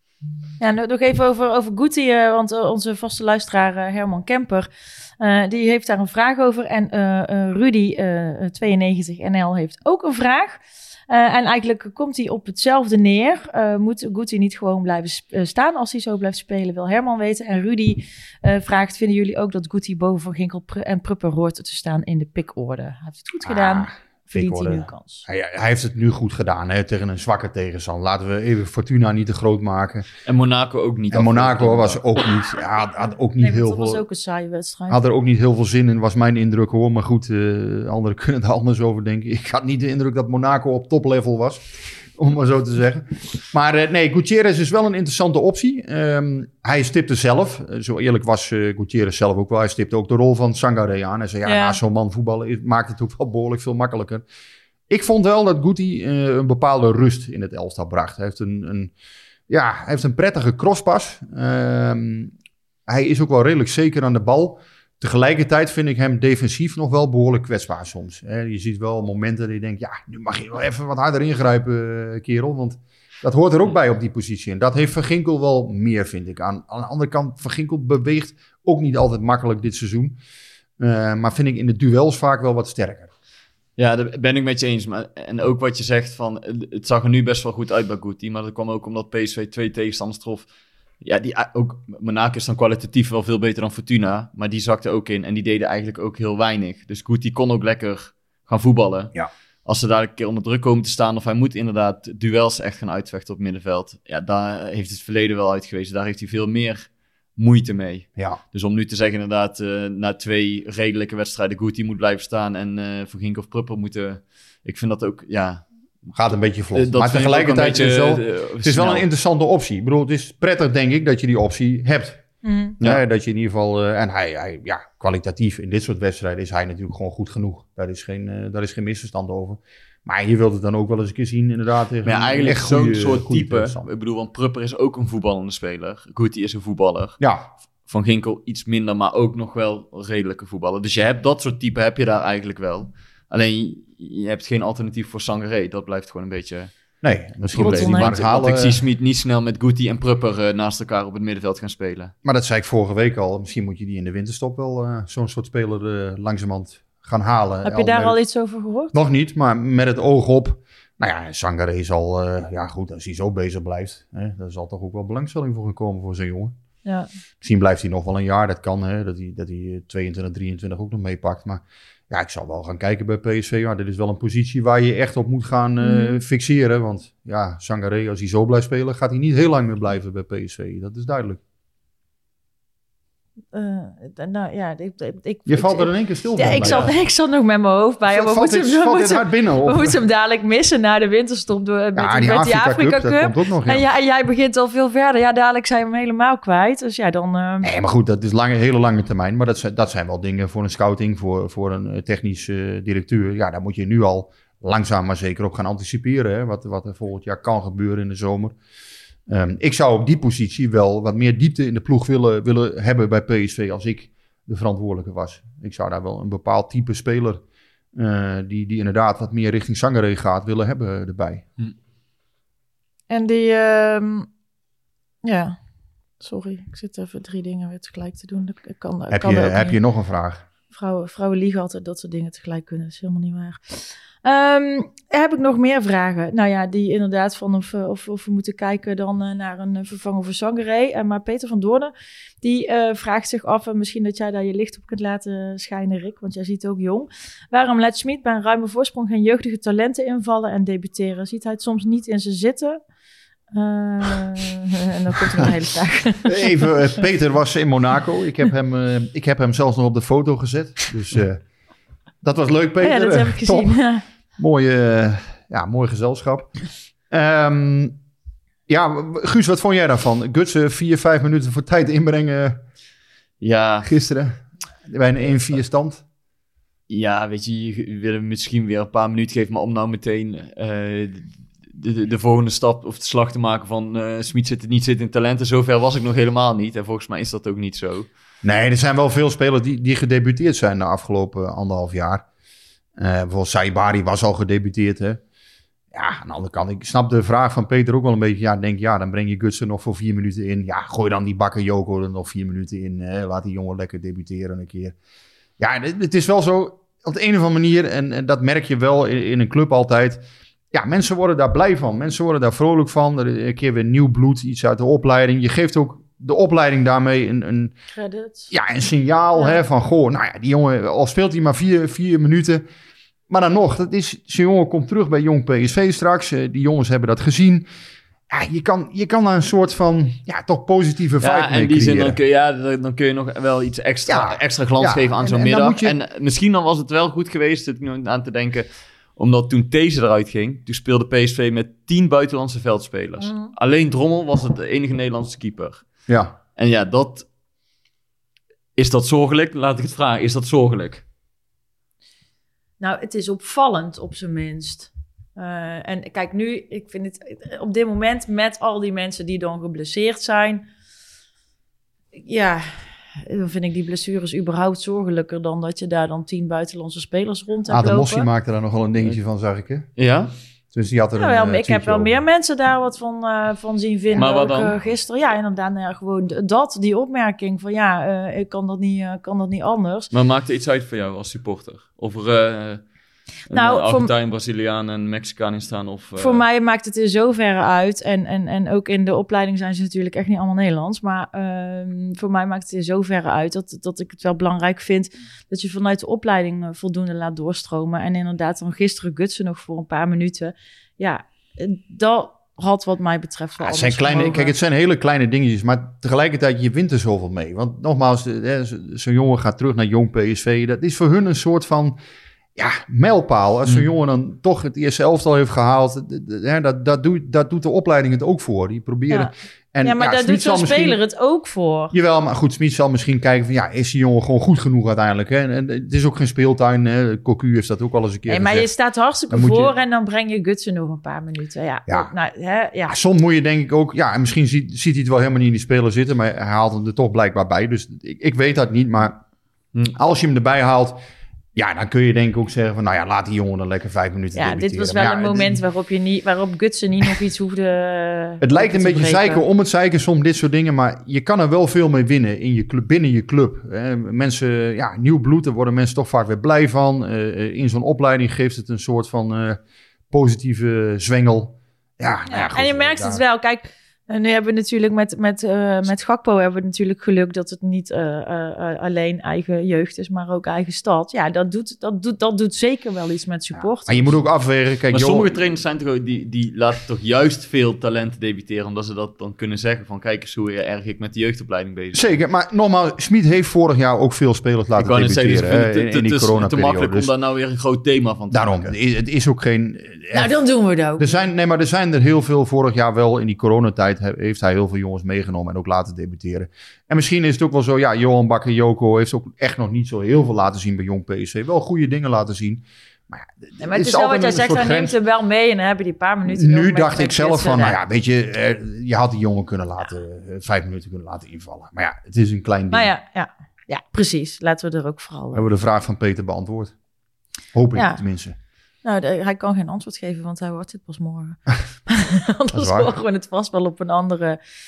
Speaker 1: Ja, nog even over, over Guti, uh, want uh, onze vaste luisteraar uh, Herman Kemper, uh, die heeft daar een vraag over. En uh, uh, Rudy, uh, tweeënnegentig N L, heeft ook een vraag. Uh, en eigenlijk komt hij op hetzelfde neer. Uh, moet Guti niet gewoon blijven sp- uh, staan als hij zo blijft spelen, wil Herman weten. En Rudy uh, vraagt, vinden jullie ook dat Guti boven Van Ginkel Pr- en Prupper hoort te staan in de pikorde? Hij heeft het goed gedaan. Ah. Verdient hij nu een kans.
Speaker 2: Hij, hij heeft het nu goed gedaan, hè, tegen een zwakke tegenstander. Laten we even Fortuna niet te groot maken.
Speaker 5: En Monaco ook niet.
Speaker 2: En Monaco was ook niet, ja, had ook niet
Speaker 1: nee,
Speaker 2: heel
Speaker 1: dat
Speaker 2: veel.
Speaker 1: was ook een saaie wedstrijd.
Speaker 2: Had er ook niet heel veel zin in, was mijn indruk hoor. Maar goed, uh, anderen kunnen er anders over denken. Ik had niet de indruk dat Monaco op toplevel was, om maar zo te zeggen. Maar uh, nee, Gutierrez is wel een interessante optie. Um, hij stipte zelf, uh, zo eerlijk was uh, Gutierrez zelf ook wel. Hij stipte ook de rol van Sangaré aan. Hij zei, ja, ja. naast zo'n man voetballen maakt het ook wel behoorlijk veel makkelijker. Ik vond wel dat Guti uh, een bepaalde rust in het elftal bracht. Hij heeft een, een, ja, hij heeft een prettige crosspas. Um, hij is ook wel redelijk zeker aan de bal. Tegelijkertijd vind ik hem defensief nog wel behoorlijk kwetsbaar soms. He, je ziet wel momenten dat je denkt, ja, nu mag je wel even wat harder ingrijpen, uh, kerel. Want dat hoort er ook bij op die positie. En dat heeft Van Ginkel wel meer, vind ik. Aan, aan de andere kant, Van Ginkel beweegt ook niet altijd makkelijk dit seizoen. Uh, maar vind ik in de duels vaak wel wat sterker.
Speaker 5: Ja, daar ben ik met je eens. Maar, en ook wat je zegt van, het zag er nu best wel goed uit bij Guti. Maar dat kwam ook omdat P S V twee tegenstanders trof. Ja, die, ook, Monaco is dan kwalitatief wel veel beter dan Fortuna. Maar die zakte ook in en die deden eigenlijk ook heel weinig. Dus Guti kon ook lekker gaan voetballen.
Speaker 2: Ja.
Speaker 5: Als ze daar een keer onder druk komen te staan, of hij moet inderdaad duels echt gaan uitvechten op middenveld. Ja, daar heeft het verleden wel uitgewezen. Daar heeft hij veel meer moeite mee.
Speaker 2: Ja.
Speaker 5: Dus om nu te zeggen inderdaad, uh, na twee redelijke wedstrijden Guti moet blijven staan en uh, Van Ginkel of Prupper moeten... Ik vind dat ook, ja...
Speaker 2: Gaat een beetje vlot.
Speaker 5: Uh,
Speaker 2: maar tegelijkertijd is het wel, uh, het is wel een interessante optie. Ik bedoel, het is prettig denk ik dat je die optie hebt.
Speaker 1: Mm.
Speaker 2: Ja. Ja, dat je in ieder geval... Uh, en hij, hij, ja, kwalitatief in dit soort wedstrijden is hij natuurlijk gewoon goed genoeg. Daar is geen, uh, daar is geen misverstand over. Maar je wilt het dan ook wel eens een keer zien, inderdaad. Tegen
Speaker 5: maar ja, eigenlijk
Speaker 2: echt
Speaker 5: zo'n
Speaker 2: goede,
Speaker 5: soort
Speaker 2: goede
Speaker 5: type. Ik bedoel, want Prupper is ook een voetballende speler. Guti is een voetballer.
Speaker 2: Ja.
Speaker 5: Van Ginkel iets minder, maar ook nog wel redelijke voetballer. Dus je hebt dat soort type heb je daar eigenlijk wel. Alleen, je hebt geen alternatief voor Sangaré. Dat blijft gewoon een beetje...
Speaker 2: Nee, misschien
Speaker 1: moet hij
Speaker 2: die
Speaker 5: want,
Speaker 2: halen.
Speaker 5: want ik zie Smit niet snel met Guti en Prupper uh, naast elkaar op het middenveld gaan spelen.
Speaker 2: Maar dat zei ik vorige week al. Misschien moet je die in de winterstop wel uh, zo'n soort speler uh, langzamerhand gaan halen.
Speaker 1: Heb je daar al iets over gehoord?
Speaker 2: Nog niet, maar met het oog op. Nou ja, Sangaré zal, uh, ja goed, als hij zo bezig blijft, hè, daar zal toch ook wel belangstelling voor gaan komen voor zo'n jongen.
Speaker 1: Ja.
Speaker 2: Misschien blijft hij nog wel een jaar, dat kan, hè, dat hij, dat hij tweeëntwintig, drieëntwintig ook nog meepakt. Maar ja, ik zal wel gaan kijken bij P S V. Maar dit is wel een positie waar je echt op moet gaan uh, mm. fixeren. Want ja, Sangaré, als hij zo blijft spelen, gaat hij niet heel lang meer blijven bij P S V. Dat is duidelijk.
Speaker 1: Uh, nou ja, ik, ik,
Speaker 2: je valt er in één keer stil van.
Speaker 1: Ja, ik, zat, ja. ik zat nog met mijn hoofd bij.
Speaker 2: Valt, valt dit, hem, valt dit hard binnen?
Speaker 1: We moeten hem dadelijk missen na de winterstop door, met,
Speaker 2: ja,
Speaker 1: die,
Speaker 2: die
Speaker 1: met
Speaker 2: Afrika
Speaker 1: die Afrika Cup.
Speaker 2: Cup. Dat komt ook nog, ja.
Speaker 1: En, ja, en jij begint al veel verder. Ja, dadelijk zijn we hem helemaal kwijt. Dus ja, dan... Uh...
Speaker 2: Nee, maar goed, dat is lange, hele lange termijn. Maar dat zijn, dat zijn wel dingen voor een scouting, voor, voor een technisch uh, directeur. Ja, daar moet je nu al langzaam maar zeker op gaan anticiperen. Hè? Wat, wat er volgend jaar kan gebeuren in de zomer. Um, ik zou op die positie wel wat meer diepte in de ploeg willen, willen hebben bij P S V als ik de verantwoordelijke was. Ik zou daar wel een bepaald type speler uh, die, die inderdaad wat meer richting Sangaré gaat willen hebben erbij. Hm.
Speaker 1: En die, uh, ja, Sorry, ik zit even drie dingen weer tegelijk te doen. Dat kan, dat
Speaker 2: Heb,
Speaker 1: kan
Speaker 2: je,
Speaker 1: ook
Speaker 2: heb
Speaker 1: niet.
Speaker 2: je nog een vraag?
Speaker 1: Vrouwen, vrouwen liegen altijd dat ze dingen tegelijk kunnen. Dat is helemaal niet waar. Um, heb ik nog meer vragen? Nou ja, die inderdaad van of, of, of we moeten kijken dan uh, naar een vervanger voor Sangaré. Uh, maar Peter van Doornen, die uh, vraagt zich af, en misschien dat jij daar je licht op kunt laten schijnen, Rick, want jij ziet ook jong. Waarom laat Schmid bij een ruime voorsprong geen jeugdige talenten invallen en debuteren? Ziet hij het soms niet in zijn zitten? Uh, en dan komt er een hele vraag.
Speaker 2: Even, uh, Peter was in Monaco. Ik heb, hem, uh, ik heb hem zelfs nog op de foto gezet. Dus uh, dat was leuk, Peter.
Speaker 1: Oh ja, dat heb ik gezien. Ja.
Speaker 2: Mooi, uh, ja, mooi gezelschap. Um, ja, Guus, wat vond jij daarvan? Gutsen vier, vijf minuten voor tijd inbrengen
Speaker 5: ja.
Speaker 2: gisteren. Bij een één vier stand.
Speaker 5: Ja, weet je, je wil hem misschien weer een paar minuten geven, maar om nou meteen uh, de, de, de volgende stap of de slag te maken van uh, Schmid zit niet zitten in talenten. Zover was ik nog helemaal niet. En volgens mij is dat ook niet zo.
Speaker 2: Nee, er zijn wel veel spelers die, die gedebuteerd zijn de afgelopen anderhalf jaar. Uh, bijvoorbeeld Saibari was al gedebuteerd, hè. Ja, aan de andere kant, ik snap de vraag van Peter ook wel een beetje. Ja, denk ja, dan breng je Gutsen nog voor vier minuten in. Ja, gooi dan die Bakayoko er nog vier minuten in. Hè. Laat die jongen lekker debuteren een keer. Ja, het, het is wel zo, op de een of andere manier, en, en dat merk je wel in, in een club altijd. Ja, mensen worden daar blij van. Mensen worden daar vrolijk van. Er is een keer weer nieuw bloed, iets uit de opleiding. Je geeft ook de opleiding daarmee een, een, ja, een signaal, ja. Hè, van goh, nou ja, die jongen, al speelt hij maar vier, vier minuten. Maar dan nog, dat is, zo'n jongen komt terug bij Jong P S V straks. Uh, die jongens hebben dat gezien. Ja, je kan, je kan daar een soort van, ja, toch positieve vibe
Speaker 5: ja,
Speaker 2: mee
Speaker 5: en die
Speaker 2: creëren.
Speaker 5: Zin, dan, kun je, ja, dan kun je nog wel iets extra,
Speaker 2: ja.
Speaker 5: extra glans
Speaker 2: ja.
Speaker 5: geven aan
Speaker 2: en,
Speaker 5: zo'n
Speaker 2: en
Speaker 5: middag.
Speaker 2: Je...
Speaker 5: En misschien dan was het wel goed geweest, zit ik nu aan te denken, omdat toen These eruit ging, toen speelde P S V met tien buitenlandse veldspelers. Mm. Alleen Drommel was het de enige Nederlandse keeper.
Speaker 2: Ja.
Speaker 5: En ja, dat... Is dat zorgelijk? Laat ik het vragen. Is dat zorgelijk?
Speaker 1: Nou, het is opvallend op zijn minst. Uh, en kijk, nu, ik vind het op dit moment met al die mensen die dan geblesseerd zijn, ja, dan vind ik die blessures überhaupt zorgelijker dan dat je daar dan tien buitenlandse spelers rond hebt
Speaker 2: Adem
Speaker 1: lopen.
Speaker 2: Mossi maakte daar nogal een dingetje van, zag ik, hè?
Speaker 5: Ja?
Speaker 2: Dus die had er
Speaker 1: nou,
Speaker 2: een,
Speaker 1: wel,
Speaker 2: uh,
Speaker 1: ik heb wel
Speaker 2: over.
Speaker 1: meer mensen daar wat van, uh, van zien vinden.
Speaker 5: Maar wat
Speaker 1: ook,
Speaker 5: dan?
Speaker 1: Uh, gisteren, ja, inderdaad, nou ja, gewoon dat, die opmerking van ja, uh, ik kan dat, niet, uh, kan dat niet anders.
Speaker 5: Maar maakt er iets uit voor jou als supporter? Of er uh,
Speaker 1: nou,
Speaker 5: een Argentijn, voor... Braziliaan en Mexicaan in staan? Of, uh...
Speaker 1: Voor mij maakt het in zoverre uit. En, en, en ook in de opleiding zijn ze natuurlijk echt niet allemaal Nederlands. Maar uh, voor mij maakt het in zoverre uit dat, dat ik het wel belangrijk vind dat je vanuit de opleiding uh, voldoende laat doorstromen. En inderdaad dan gisteren Gutsen nog voor een paar minuten. Ja, dat had wat mij betreft wel
Speaker 2: ja, het zijn kleine, Kijk, het zijn hele kleine dingetjes, maar tegelijkertijd, je wint er zoveel mee. Want nogmaals, zo'n jongen gaat terug naar Jong P S V. Dat is voor hun een soort van, ja, mijlpaal. Als zo'n mm. jongen dan toch het eerste elftal heeft gehaald, dat, dat, doet, dat doet de opleiding het ook voor. Die proberen...
Speaker 1: Ja.
Speaker 2: En,
Speaker 1: ja, maar
Speaker 2: ja,
Speaker 1: daar
Speaker 2: Schmid
Speaker 1: doet zo'n
Speaker 2: misschien...
Speaker 1: speler het ook voor.
Speaker 2: Jawel, maar goed, Schmid zal misschien kijken van, ja, is die jongen gewoon goed genoeg uiteindelijk? Hè? En, en het is ook geen speeltuin. Hè? Cocu heeft dat ook al eens een keer
Speaker 1: nee, maar
Speaker 2: gezegd.
Speaker 1: je staat hartstikke
Speaker 2: dan
Speaker 1: voor
Speaker 2: je...
Speaker 1: en dan breng je Gutsen nog een paar minuten. Ja,
Speaker 2: ja.
Speaker 1: Nou, hè, ja.
Speaker 2: ja, soms moet je denk ik ook, ja, en misschien ziet, ziet hij het wel helemaal niet in die speler zitten, maar hij haalt hem er toch blijkbaar bij. Dus ik, ik weet dat niet, maar hm. als je hem erbij haalt, ja, dan kun je denk ik ook zeggen van, nou ja, laat die jongen dan lekker vijf minuten
Speaker 1: Ja,
Speaker 2: debuteren.
Speaker 1: dit was wel
Speaker 2: maar ja,
Speaker 1: een moment
Speaker 2: het,
Speaker 1: waarop, je niet, waarop Gutsen niet nog iets hoefde
Speaker 2: Het lijkt een beetje
Speaker 1: breken.
Speaker 2: zeiken om het zeiken, soms dit soort dingen, maar je kan er wel veel mee winnen in je club, binnen je club. Hè. Mensen, ja, nieuw bloed, daar worden mensen toch vaak weer blij van. Uh, in zo'n opleiding geeft het een soort van uh, positieve zwengel. Ja,
Speaker 1: ja,
Speaker 2: nou ja, goed,
Speaker 1: en je merkt
Speaker 2: daar...
Speaker 1: het wel, kijk... En nu hebben we natuurlijk met, met, uh, met Gakpo hebben we natuurlijk geluk dat het niet uh, uh, alleen eigen jeugd is, maar ook eigen stad. Ja, dat doet, dat doet, dat doet zeker wel iets met supporters.
Speaker 2: Ja, maar je moet ook afwegen. Kijk,
Speaker 5: maar
Speaker 2: joh,
Speaker 5: sommige trainers zijn toch ook, die, die laten toch juist veel talenten debuteren, omdat ze dat dan kunnen zeggen van kijk eens hoe erg ik met de jeugdopleiding bezig ben.
Speaker 2: Zeker, maar nogmaals, Schmid heeft vorig jaar ook veel spelers laten debuteren
Speaker 5: zeggen, dus
Speaker 2: in, in die coronaperiode.
Speaker 5: Het is te makkelijk om daar nou weer een groot thema van te
Speaker 2: Daarom,
Speaker 5: maken.
Speaker 2: het is ook geen...
Speaker 1: Nou, dan doen we het ook.
Speaker 2: Er zijn, nee, maar er zijn er heel veel vorig jaar wel in die coronatijd heeft hij heel veel jongens meegenomen en ook laten debuteren. En misschien is het ook wel zo, ja, Johan Bakayoko heeft ook echt nog niet zo heel veel laten zien bij Jong P S V. Wel goede dingen laten zien. Maar, ja,
Speaker 1: nee, maar het is wel wat jij zegt, hij neemt hem wel mee en dan hebben die paar minuten...
Speaker 2: Nu dacht ik zelf van, nou ja, weet je, eh, je had die jongen kunnen laten, uh, vijf minuten kunnen laten invallen. Maar ja, het is een klein ding.
Speaker 1: Maar ja, ja, ja, precies. Laten we er ook vooral...
Speaker 2: Hebben we de vraag van Peter beantwoord? Hoop ik
Speaker 1: ja.
Speaker 2: tenminste.
Speaker 1: Nou, de, hij kan geen antwoord geven, want hij hoort dit pas morgen. Anders horen we het vast wel op een andere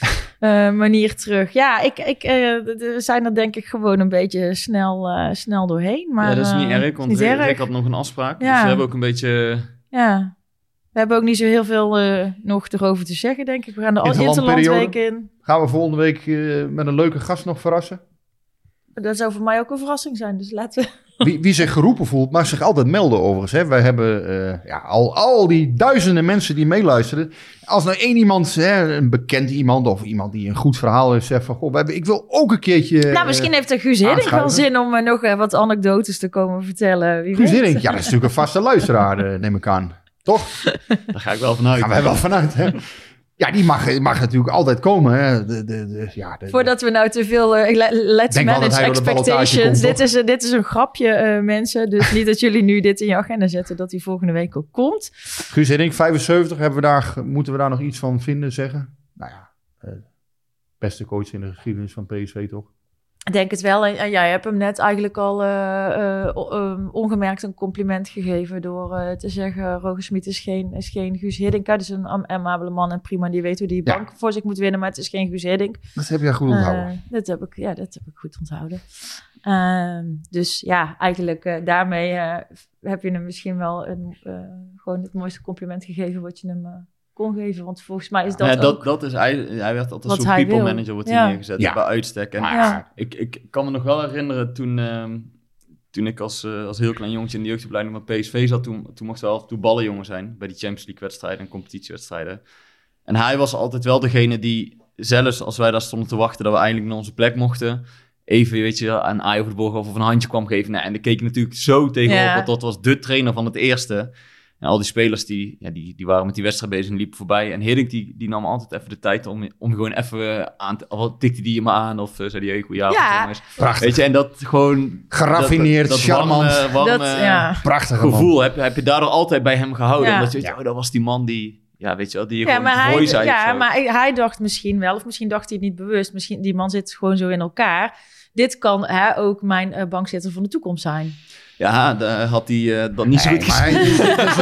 Speaker 1: uh, manier terug. Ja, ik, ik uh, we zijn er denk ik gewoon een beetje snel, uh, snel doorheen. Maar,
Speaker 5: ja, dat is niet
Speaker 1: uh,
Speaker 5: erg, want
Speaker 1: niet
Speaker 5: Rick,
Speaker 1: erg.
Speaker 5: Rick had nog een afspraak.
Speaker 1: Ja.
Speaker 5: Dus we hebben ook een beetje...
Speaker 1: Ja, we hebben ook niet zo heel veel uh, nog erover te zeggen, denk ik. We gaan de
Speaker 2: Interlandperiode.
Speaker 1: Interlandweek in.
Speaker 2: Gaan we volgende week uh, met een leuke gast nog verrassen?
Speaker 1: Dat zou voor mij ook een verrassing zijn, dus laten we...
Speaker 2: Wie, wie zich geroepen voelt, mag zich altijd melden overigens. Hè. Wij hebben uh, ja, al, al die duizenden mensen die meeluisteren. Als nou één iemand, hè, een bekend iemand of iemand die een goed verhaal heeft, zegt van... Goh, we hebben, ik wil ook een keertje...
Speaker 1: Nou, misschien
Speaker 2: uh,
Speaker 1: heeft de Guus Hiddink wel zin om uh, nog uh, wat anekdotes te komen vertellen. Wie
Speaker 2: Guus
Speaker 1: weet.
Speaker 2: Hiddink, ja, dat is natuurlijk een vaste luisteraar, uh, neem ik aan. Toch?
Speaker 5: Daar ga ik wel vanuit.
Speaker 2: Daar gaan wij wel vanuit, hè. Ja, die mag, mag natuurlijk altijd komen. Hè. De, de, de, ja, de,
Speaker 1: Voordat we nou te veel... Uh, let's
Speaker 2: Denk
Speaker 1: manage expectations.
Speaker 2: Komt,
Speaker 1: dit, is, uh, dit is een grapje, uh, mensen. Dus niet dat jullie nu dit in je agenda zetten... dat die volgende week ook komt.
Speaker 2: Guus Hiddink, vijfenzeventig. Hebben we daar, moeten we daar nog iets van vinden, zeggen? Nou ja, uh, beste coach in de geschiedenis van P S V, toch?
Speaker 1: Ik denk het wel. En jij hebt hem net eigenlijk al uh, uh, um, ongemerkt een compliment gegeven... door uh, te zeggen, Roger Smit is geen, is geen Guus Hiddink. Het is een amabele man en prima, die weet hoe die bank ja. voor zich moet winnen... maar het is geen Guus Hiddink.
Speaker 2: Dat heb je goed onthouden. Uh,
Speaker 1: dat, heb ik, ja, dat heb ik goed onthouden. Uh, dus ja, eigenlijk uh, daarmee uh, heb je hem misschien wel een, uh, gewoon het mooiste compliment gegeven... wat je hem... Uh, kon geven, want volgens mij is dat
Speaker 5: ja, dat,
Speaker 1: ook...
Speaker 5: dat is, hij, hij werd altijd zo'n people wil. manager, wordt
Speaker 1: ja.
Speaker 5: hij neergezet, ja. bij uitstek. En
Speaker 1: ja.
Speaker 5: ik, ik kan me nog wel herinneren, toen, uh, toen ik als, uh, als heel klein jongetje in de jeugdopleiding van P S V zat, toen, toen mochten we af en toe ballenjongen zijn, bij die Champions League wedstrijden en competitiewedstrijden. En hij was altijd wel degene die, zelfs als wij daar stonden te wachten, dat we eindelijk naar onze plek mochten, even, weet je, aan Aai over de borg of een handje kwam geven. Nou, en daar keek ik natuurlijk zo tegenop, ja. want dat was de trainer van het eerste. En al die spelers die, ja, die, die waren met die wedstrijd bezig en liepen voorbij. En Hiddink die, die nam altijd even de tijd om, om gewoon even aan te... Of tikte die je maar aan of uh, zei die, hey, goeie
Speaker 1: ja,
Speaker 2: prachtig.
Speaker 5: Weet je, en dat gewoon...
Speaker 2: Geraffineerd, dat, dat, dat charmant.
Speaker 5: Warme, warme
Speaker 1: dat, ja.
Speaker 2: Prachtig
Speaker 5: gevoel heb, heb je daardoor altijd bij hem gehouden.
Speaker 1: Ja.
Speaker 5: Omdat je weet, ja. oh, dat was die man die... Ja, weet je wel, die je
Speaker 1: ja,
Speaker 5: gewoon
Speaker 1: maar
Speaker 5: mooi
Speaker 1: hij,
Speaker 5: zei.
Speaker 1: Ja, maar hij, hij dacht misschien wel, of misschien dacht hij het niet bewust. Misschien, die man zit gewoon zo in elkaar. Dit kan hè, ook mijn uh, bankzitter van de toekomst zijn.
Speaker 5: Ja, daar had hij uh, dat niet zo
Speaker 2: nee,
Speaker 5: goed
Speaker 2: maar het, is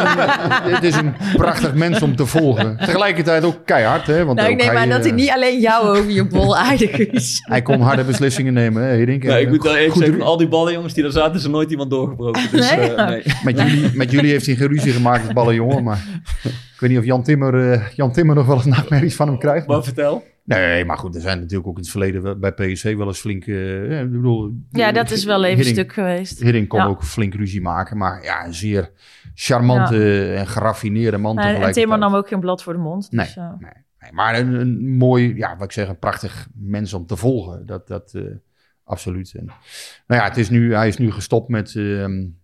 Speaker 2: een, het is een prachtig mens om te volgen. Tegelijkertijd ook keihard. Hè, want
Speaker 1: nou, ik neem maar dat hij niet alleen jou over je bol aardig is.
Speaker 2: Hij kon harde beslissingen nemen, hè, Hiddink.
Speaker 5: Nee, ik moet wel even zeggen, van al die ballenjongens die daar zaten, is er nooit iemand doorgebroken. Dus,
Speaker 1: nee?
Speaker 5: Uh, nee.
Speaker 2: Met, jullie, met jullie heeft hij geen ruzie gemaakt als ballenjongen, maar ik weet niet of Jan Timmer, uh, Jan Timmer nog wel eens nachtmerries van hem krijgt.
Speaker 5: Maar vertel.
Speaker 2: Nee, maar goed, er zijn natuurlijk ook in het verleden bij P S V wel eens flink... Uh, ik bedoel,
Speaker 1: ja, dat is wel even
Speaker 2: Hiddink,
Speaker 1: stuk geweest.
Speaker 2: Hiddink kon
Speaker 1: ja.
Speaker 2: ook flink ruzie maken, maar ja, een zeer charmante ja. en geraffineerde man
Speaker 1: nee,
Speaker 2: tegelijkertijd.
Speaker 1: En Timmer nam ook geen blad voor de mond. Dus,
Speaker 2: nee,
Speaker 1: uh...
Speaker 2: nee, nee, maar een, een mooi, ja, wat ik zeg, een prachtig mens om te volgen. Dat, dat uh, absoluut. En, nou ja, het is nu, hij is nu gestopt met... Uh,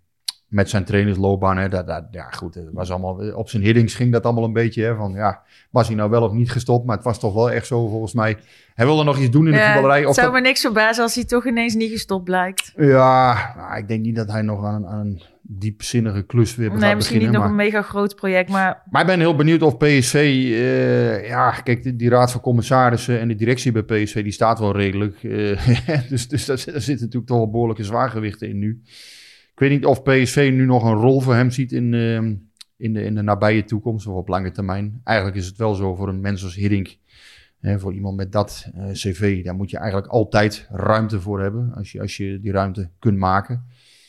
Speaker 2: met zijn trainersloopbaan, hè, dat, dat, ja goed, het was allemaal, op zijn Hiddings ging dat allemaal een beetje, hè, van ja, was hij nou wel of niet gestopt, maar het was toch wel echt zo volgens mij, hij wilde nog iets doen in de
Speaker 1: ja,
Speaker 2: voetballerij.
Speaker 1: Het
Speaker 2: of
Speaker 1: zou
Speaker 2: dat...
Speaker 1: me niks verbazen als hij toch ineens niet gestopt blijkt.
Speaker 2: Ja, nou, ik denk niet dat hij nog aan, aan een diepzinnige klus weer
Speaker 1: nee,
Speaker 2: gaat
Speaker 1: misschien
Speaker 2: beginnen.
Speaker 1: niet nog
Speaker 2: maar...
Speaker 1: een mega groot project, maar...
Speaker 2: Maar ik ben heel benieuwd of P S V, uh, ja, kijk, die, die raad van commissarissen en de directie bij P S V, die staat wel redelijk, uh, dus, dus daar, daar zitten natuurlijk toch wel behoorlijke zwaargewichten in nu. Ik weet niet of P S V nu nog een rol voor hem ziet in, uh, in, de, in de nabije toekomst of op lange termijn. Eigenlijk is het wel zo voor een mens als Hiddink, hè, voor iemand met dat uh, cv, daar moet je eigenlijk altijd ruimte voor hebben, als je, als je die ruimte kunt maken.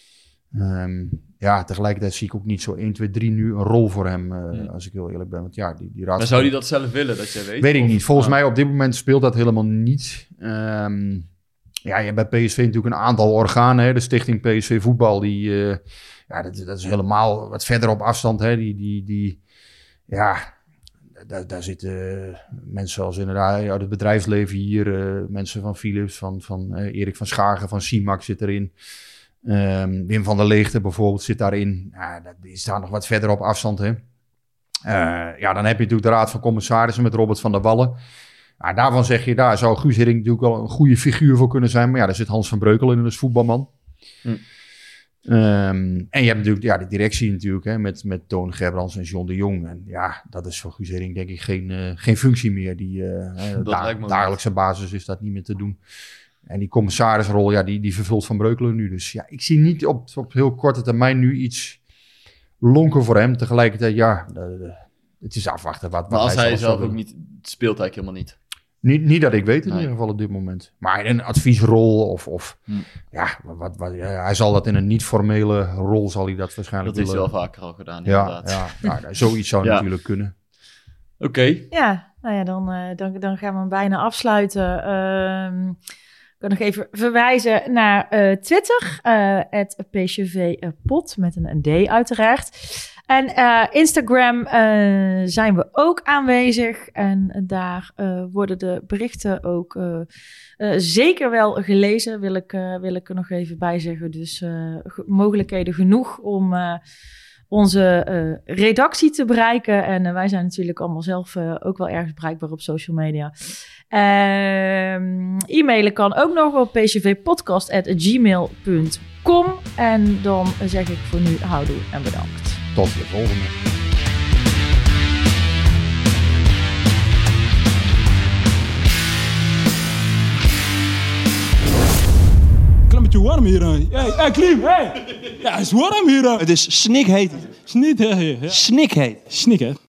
Speaker 2: Um, ja, tegelijkertijd zie ik ook niet zo één, twee, drie nu een rol voor hem, uh, hmm. als ik heel eerlijk ben. Want ja, die, die raad...
Speaker 5: Maar zou hij dat zelf willen, dat jij weet?
Speaker 2: Weet
Speaker 5: of?
Speaker 2: ik niet. Volgens
Speaker 5: ah.
Speaker 2: mij op dit moment speelt dat helemaal niet. Um, Ja, je hebt bij P S V natuurlijk een aantal organen. Hè? De stichting P S V Voetbal, die, uh, ja, dat, dat is helemaal wat verder op afstand. Hè? Die, die, die, ja, daar, daar zitten mensen zoals inderdaad uit het bedrijfsleven hier. Uh, mensen van Philips, van, van uh, Erik van Schagen, van CIMAC zit erin. Um, Wim van der Leegte bijvoorbeeld zit daarin. Ja, die staan nog wat verder op afstand. Hè? Uh, ja, dan heb je natuurlijk de Raad van Commissarissen met Robert van der Wallen. Nou, daarvan zeg je, daar zou Guus Hiddink natuurlijk wel een goede figuur voor kunnen zijn. Maar ja, daar zit Hans van Breukelen in als voetbalman. Hm. Um, en je hebt natuurlijk ja, de directie natuurlijk, hè, met, met Toon Gerbrands en John de Jong. En ja, dat is voor Guus Hiddink denk ik geen, uh, geen functie meer. Die uh, da- dagelijkse basis is dat niet meer te doen. En die commissarisrol, ja, die, die vervult Van Breukelen nu. Dus ja, ik zie niet op, op heel korte termijn nu iets lonken voor hem. Tegelijkertijd, ja, de, de, het is afwachten. Wat, wat
Speaker 5: maar als hij, hij zelf
Speaker 2: wil.
Speaker 5: ook niet, speelt hij helemaal niet.
Speaker 2: Niet, niet dat ik weet in
Speaker 5: Nee.
Speaker 2: ieder geval op dit moment. Maar in een adviesrol of... of
Speaker 5: Hm.
Speaker 2: ja, wat, wat, ja, hij zal dat in een niet-formele rol zal hij dat waarschijnlijk
Speaker 5: Dat is hij wel
Speaker 2: willen.
Speaker 5: vaker al gedaan,
Speaker 2: Ja,
Speaker 5: inderdaad.
Speaker 2: ja, ja, nou, zoiets zou
Speaker 5: Ja.
Speaker 2: natuurlijk kunnen.
Speaker 5: Oké.
Speaker 1: Ja, nou ja, dan, uh, dan, dan gaan we hem bijna afsluiten. Um, ik kan nog even verwijzen naar uh, Twitter, at uh, P C V Pod, met een, een D uiteraard. En uh, Instagram uh, zijn we ook aanwezig. En daar uh, worden de berichten ook uh, uh, zeker wel gelezen, wil ik, uh, wil ik er nog even bij zeggen. Dus uh, ge- mogelijkheden genoeg om... Uh, onze uh, redactie te bereiken. En uh, wij zijn natuurlijk allemaal zelf uh, ook wel ergens bereikbaar op social media. Uh, e-mailen kan ook nog op p c v podcast at gmail dot com. En dan zeg ik voor nu houdoe en bedankt.
Speaker 2: Tot de volgende.
Speaker 6: Een beetje warm hier. Hey, hey Klim, hey! Ja, het is warm hier.
Speaker 7: Het is snikheet.
Speaker 6: Snikheet.
Speaker 7: Snikheet.
Speaker 6: Snikheet.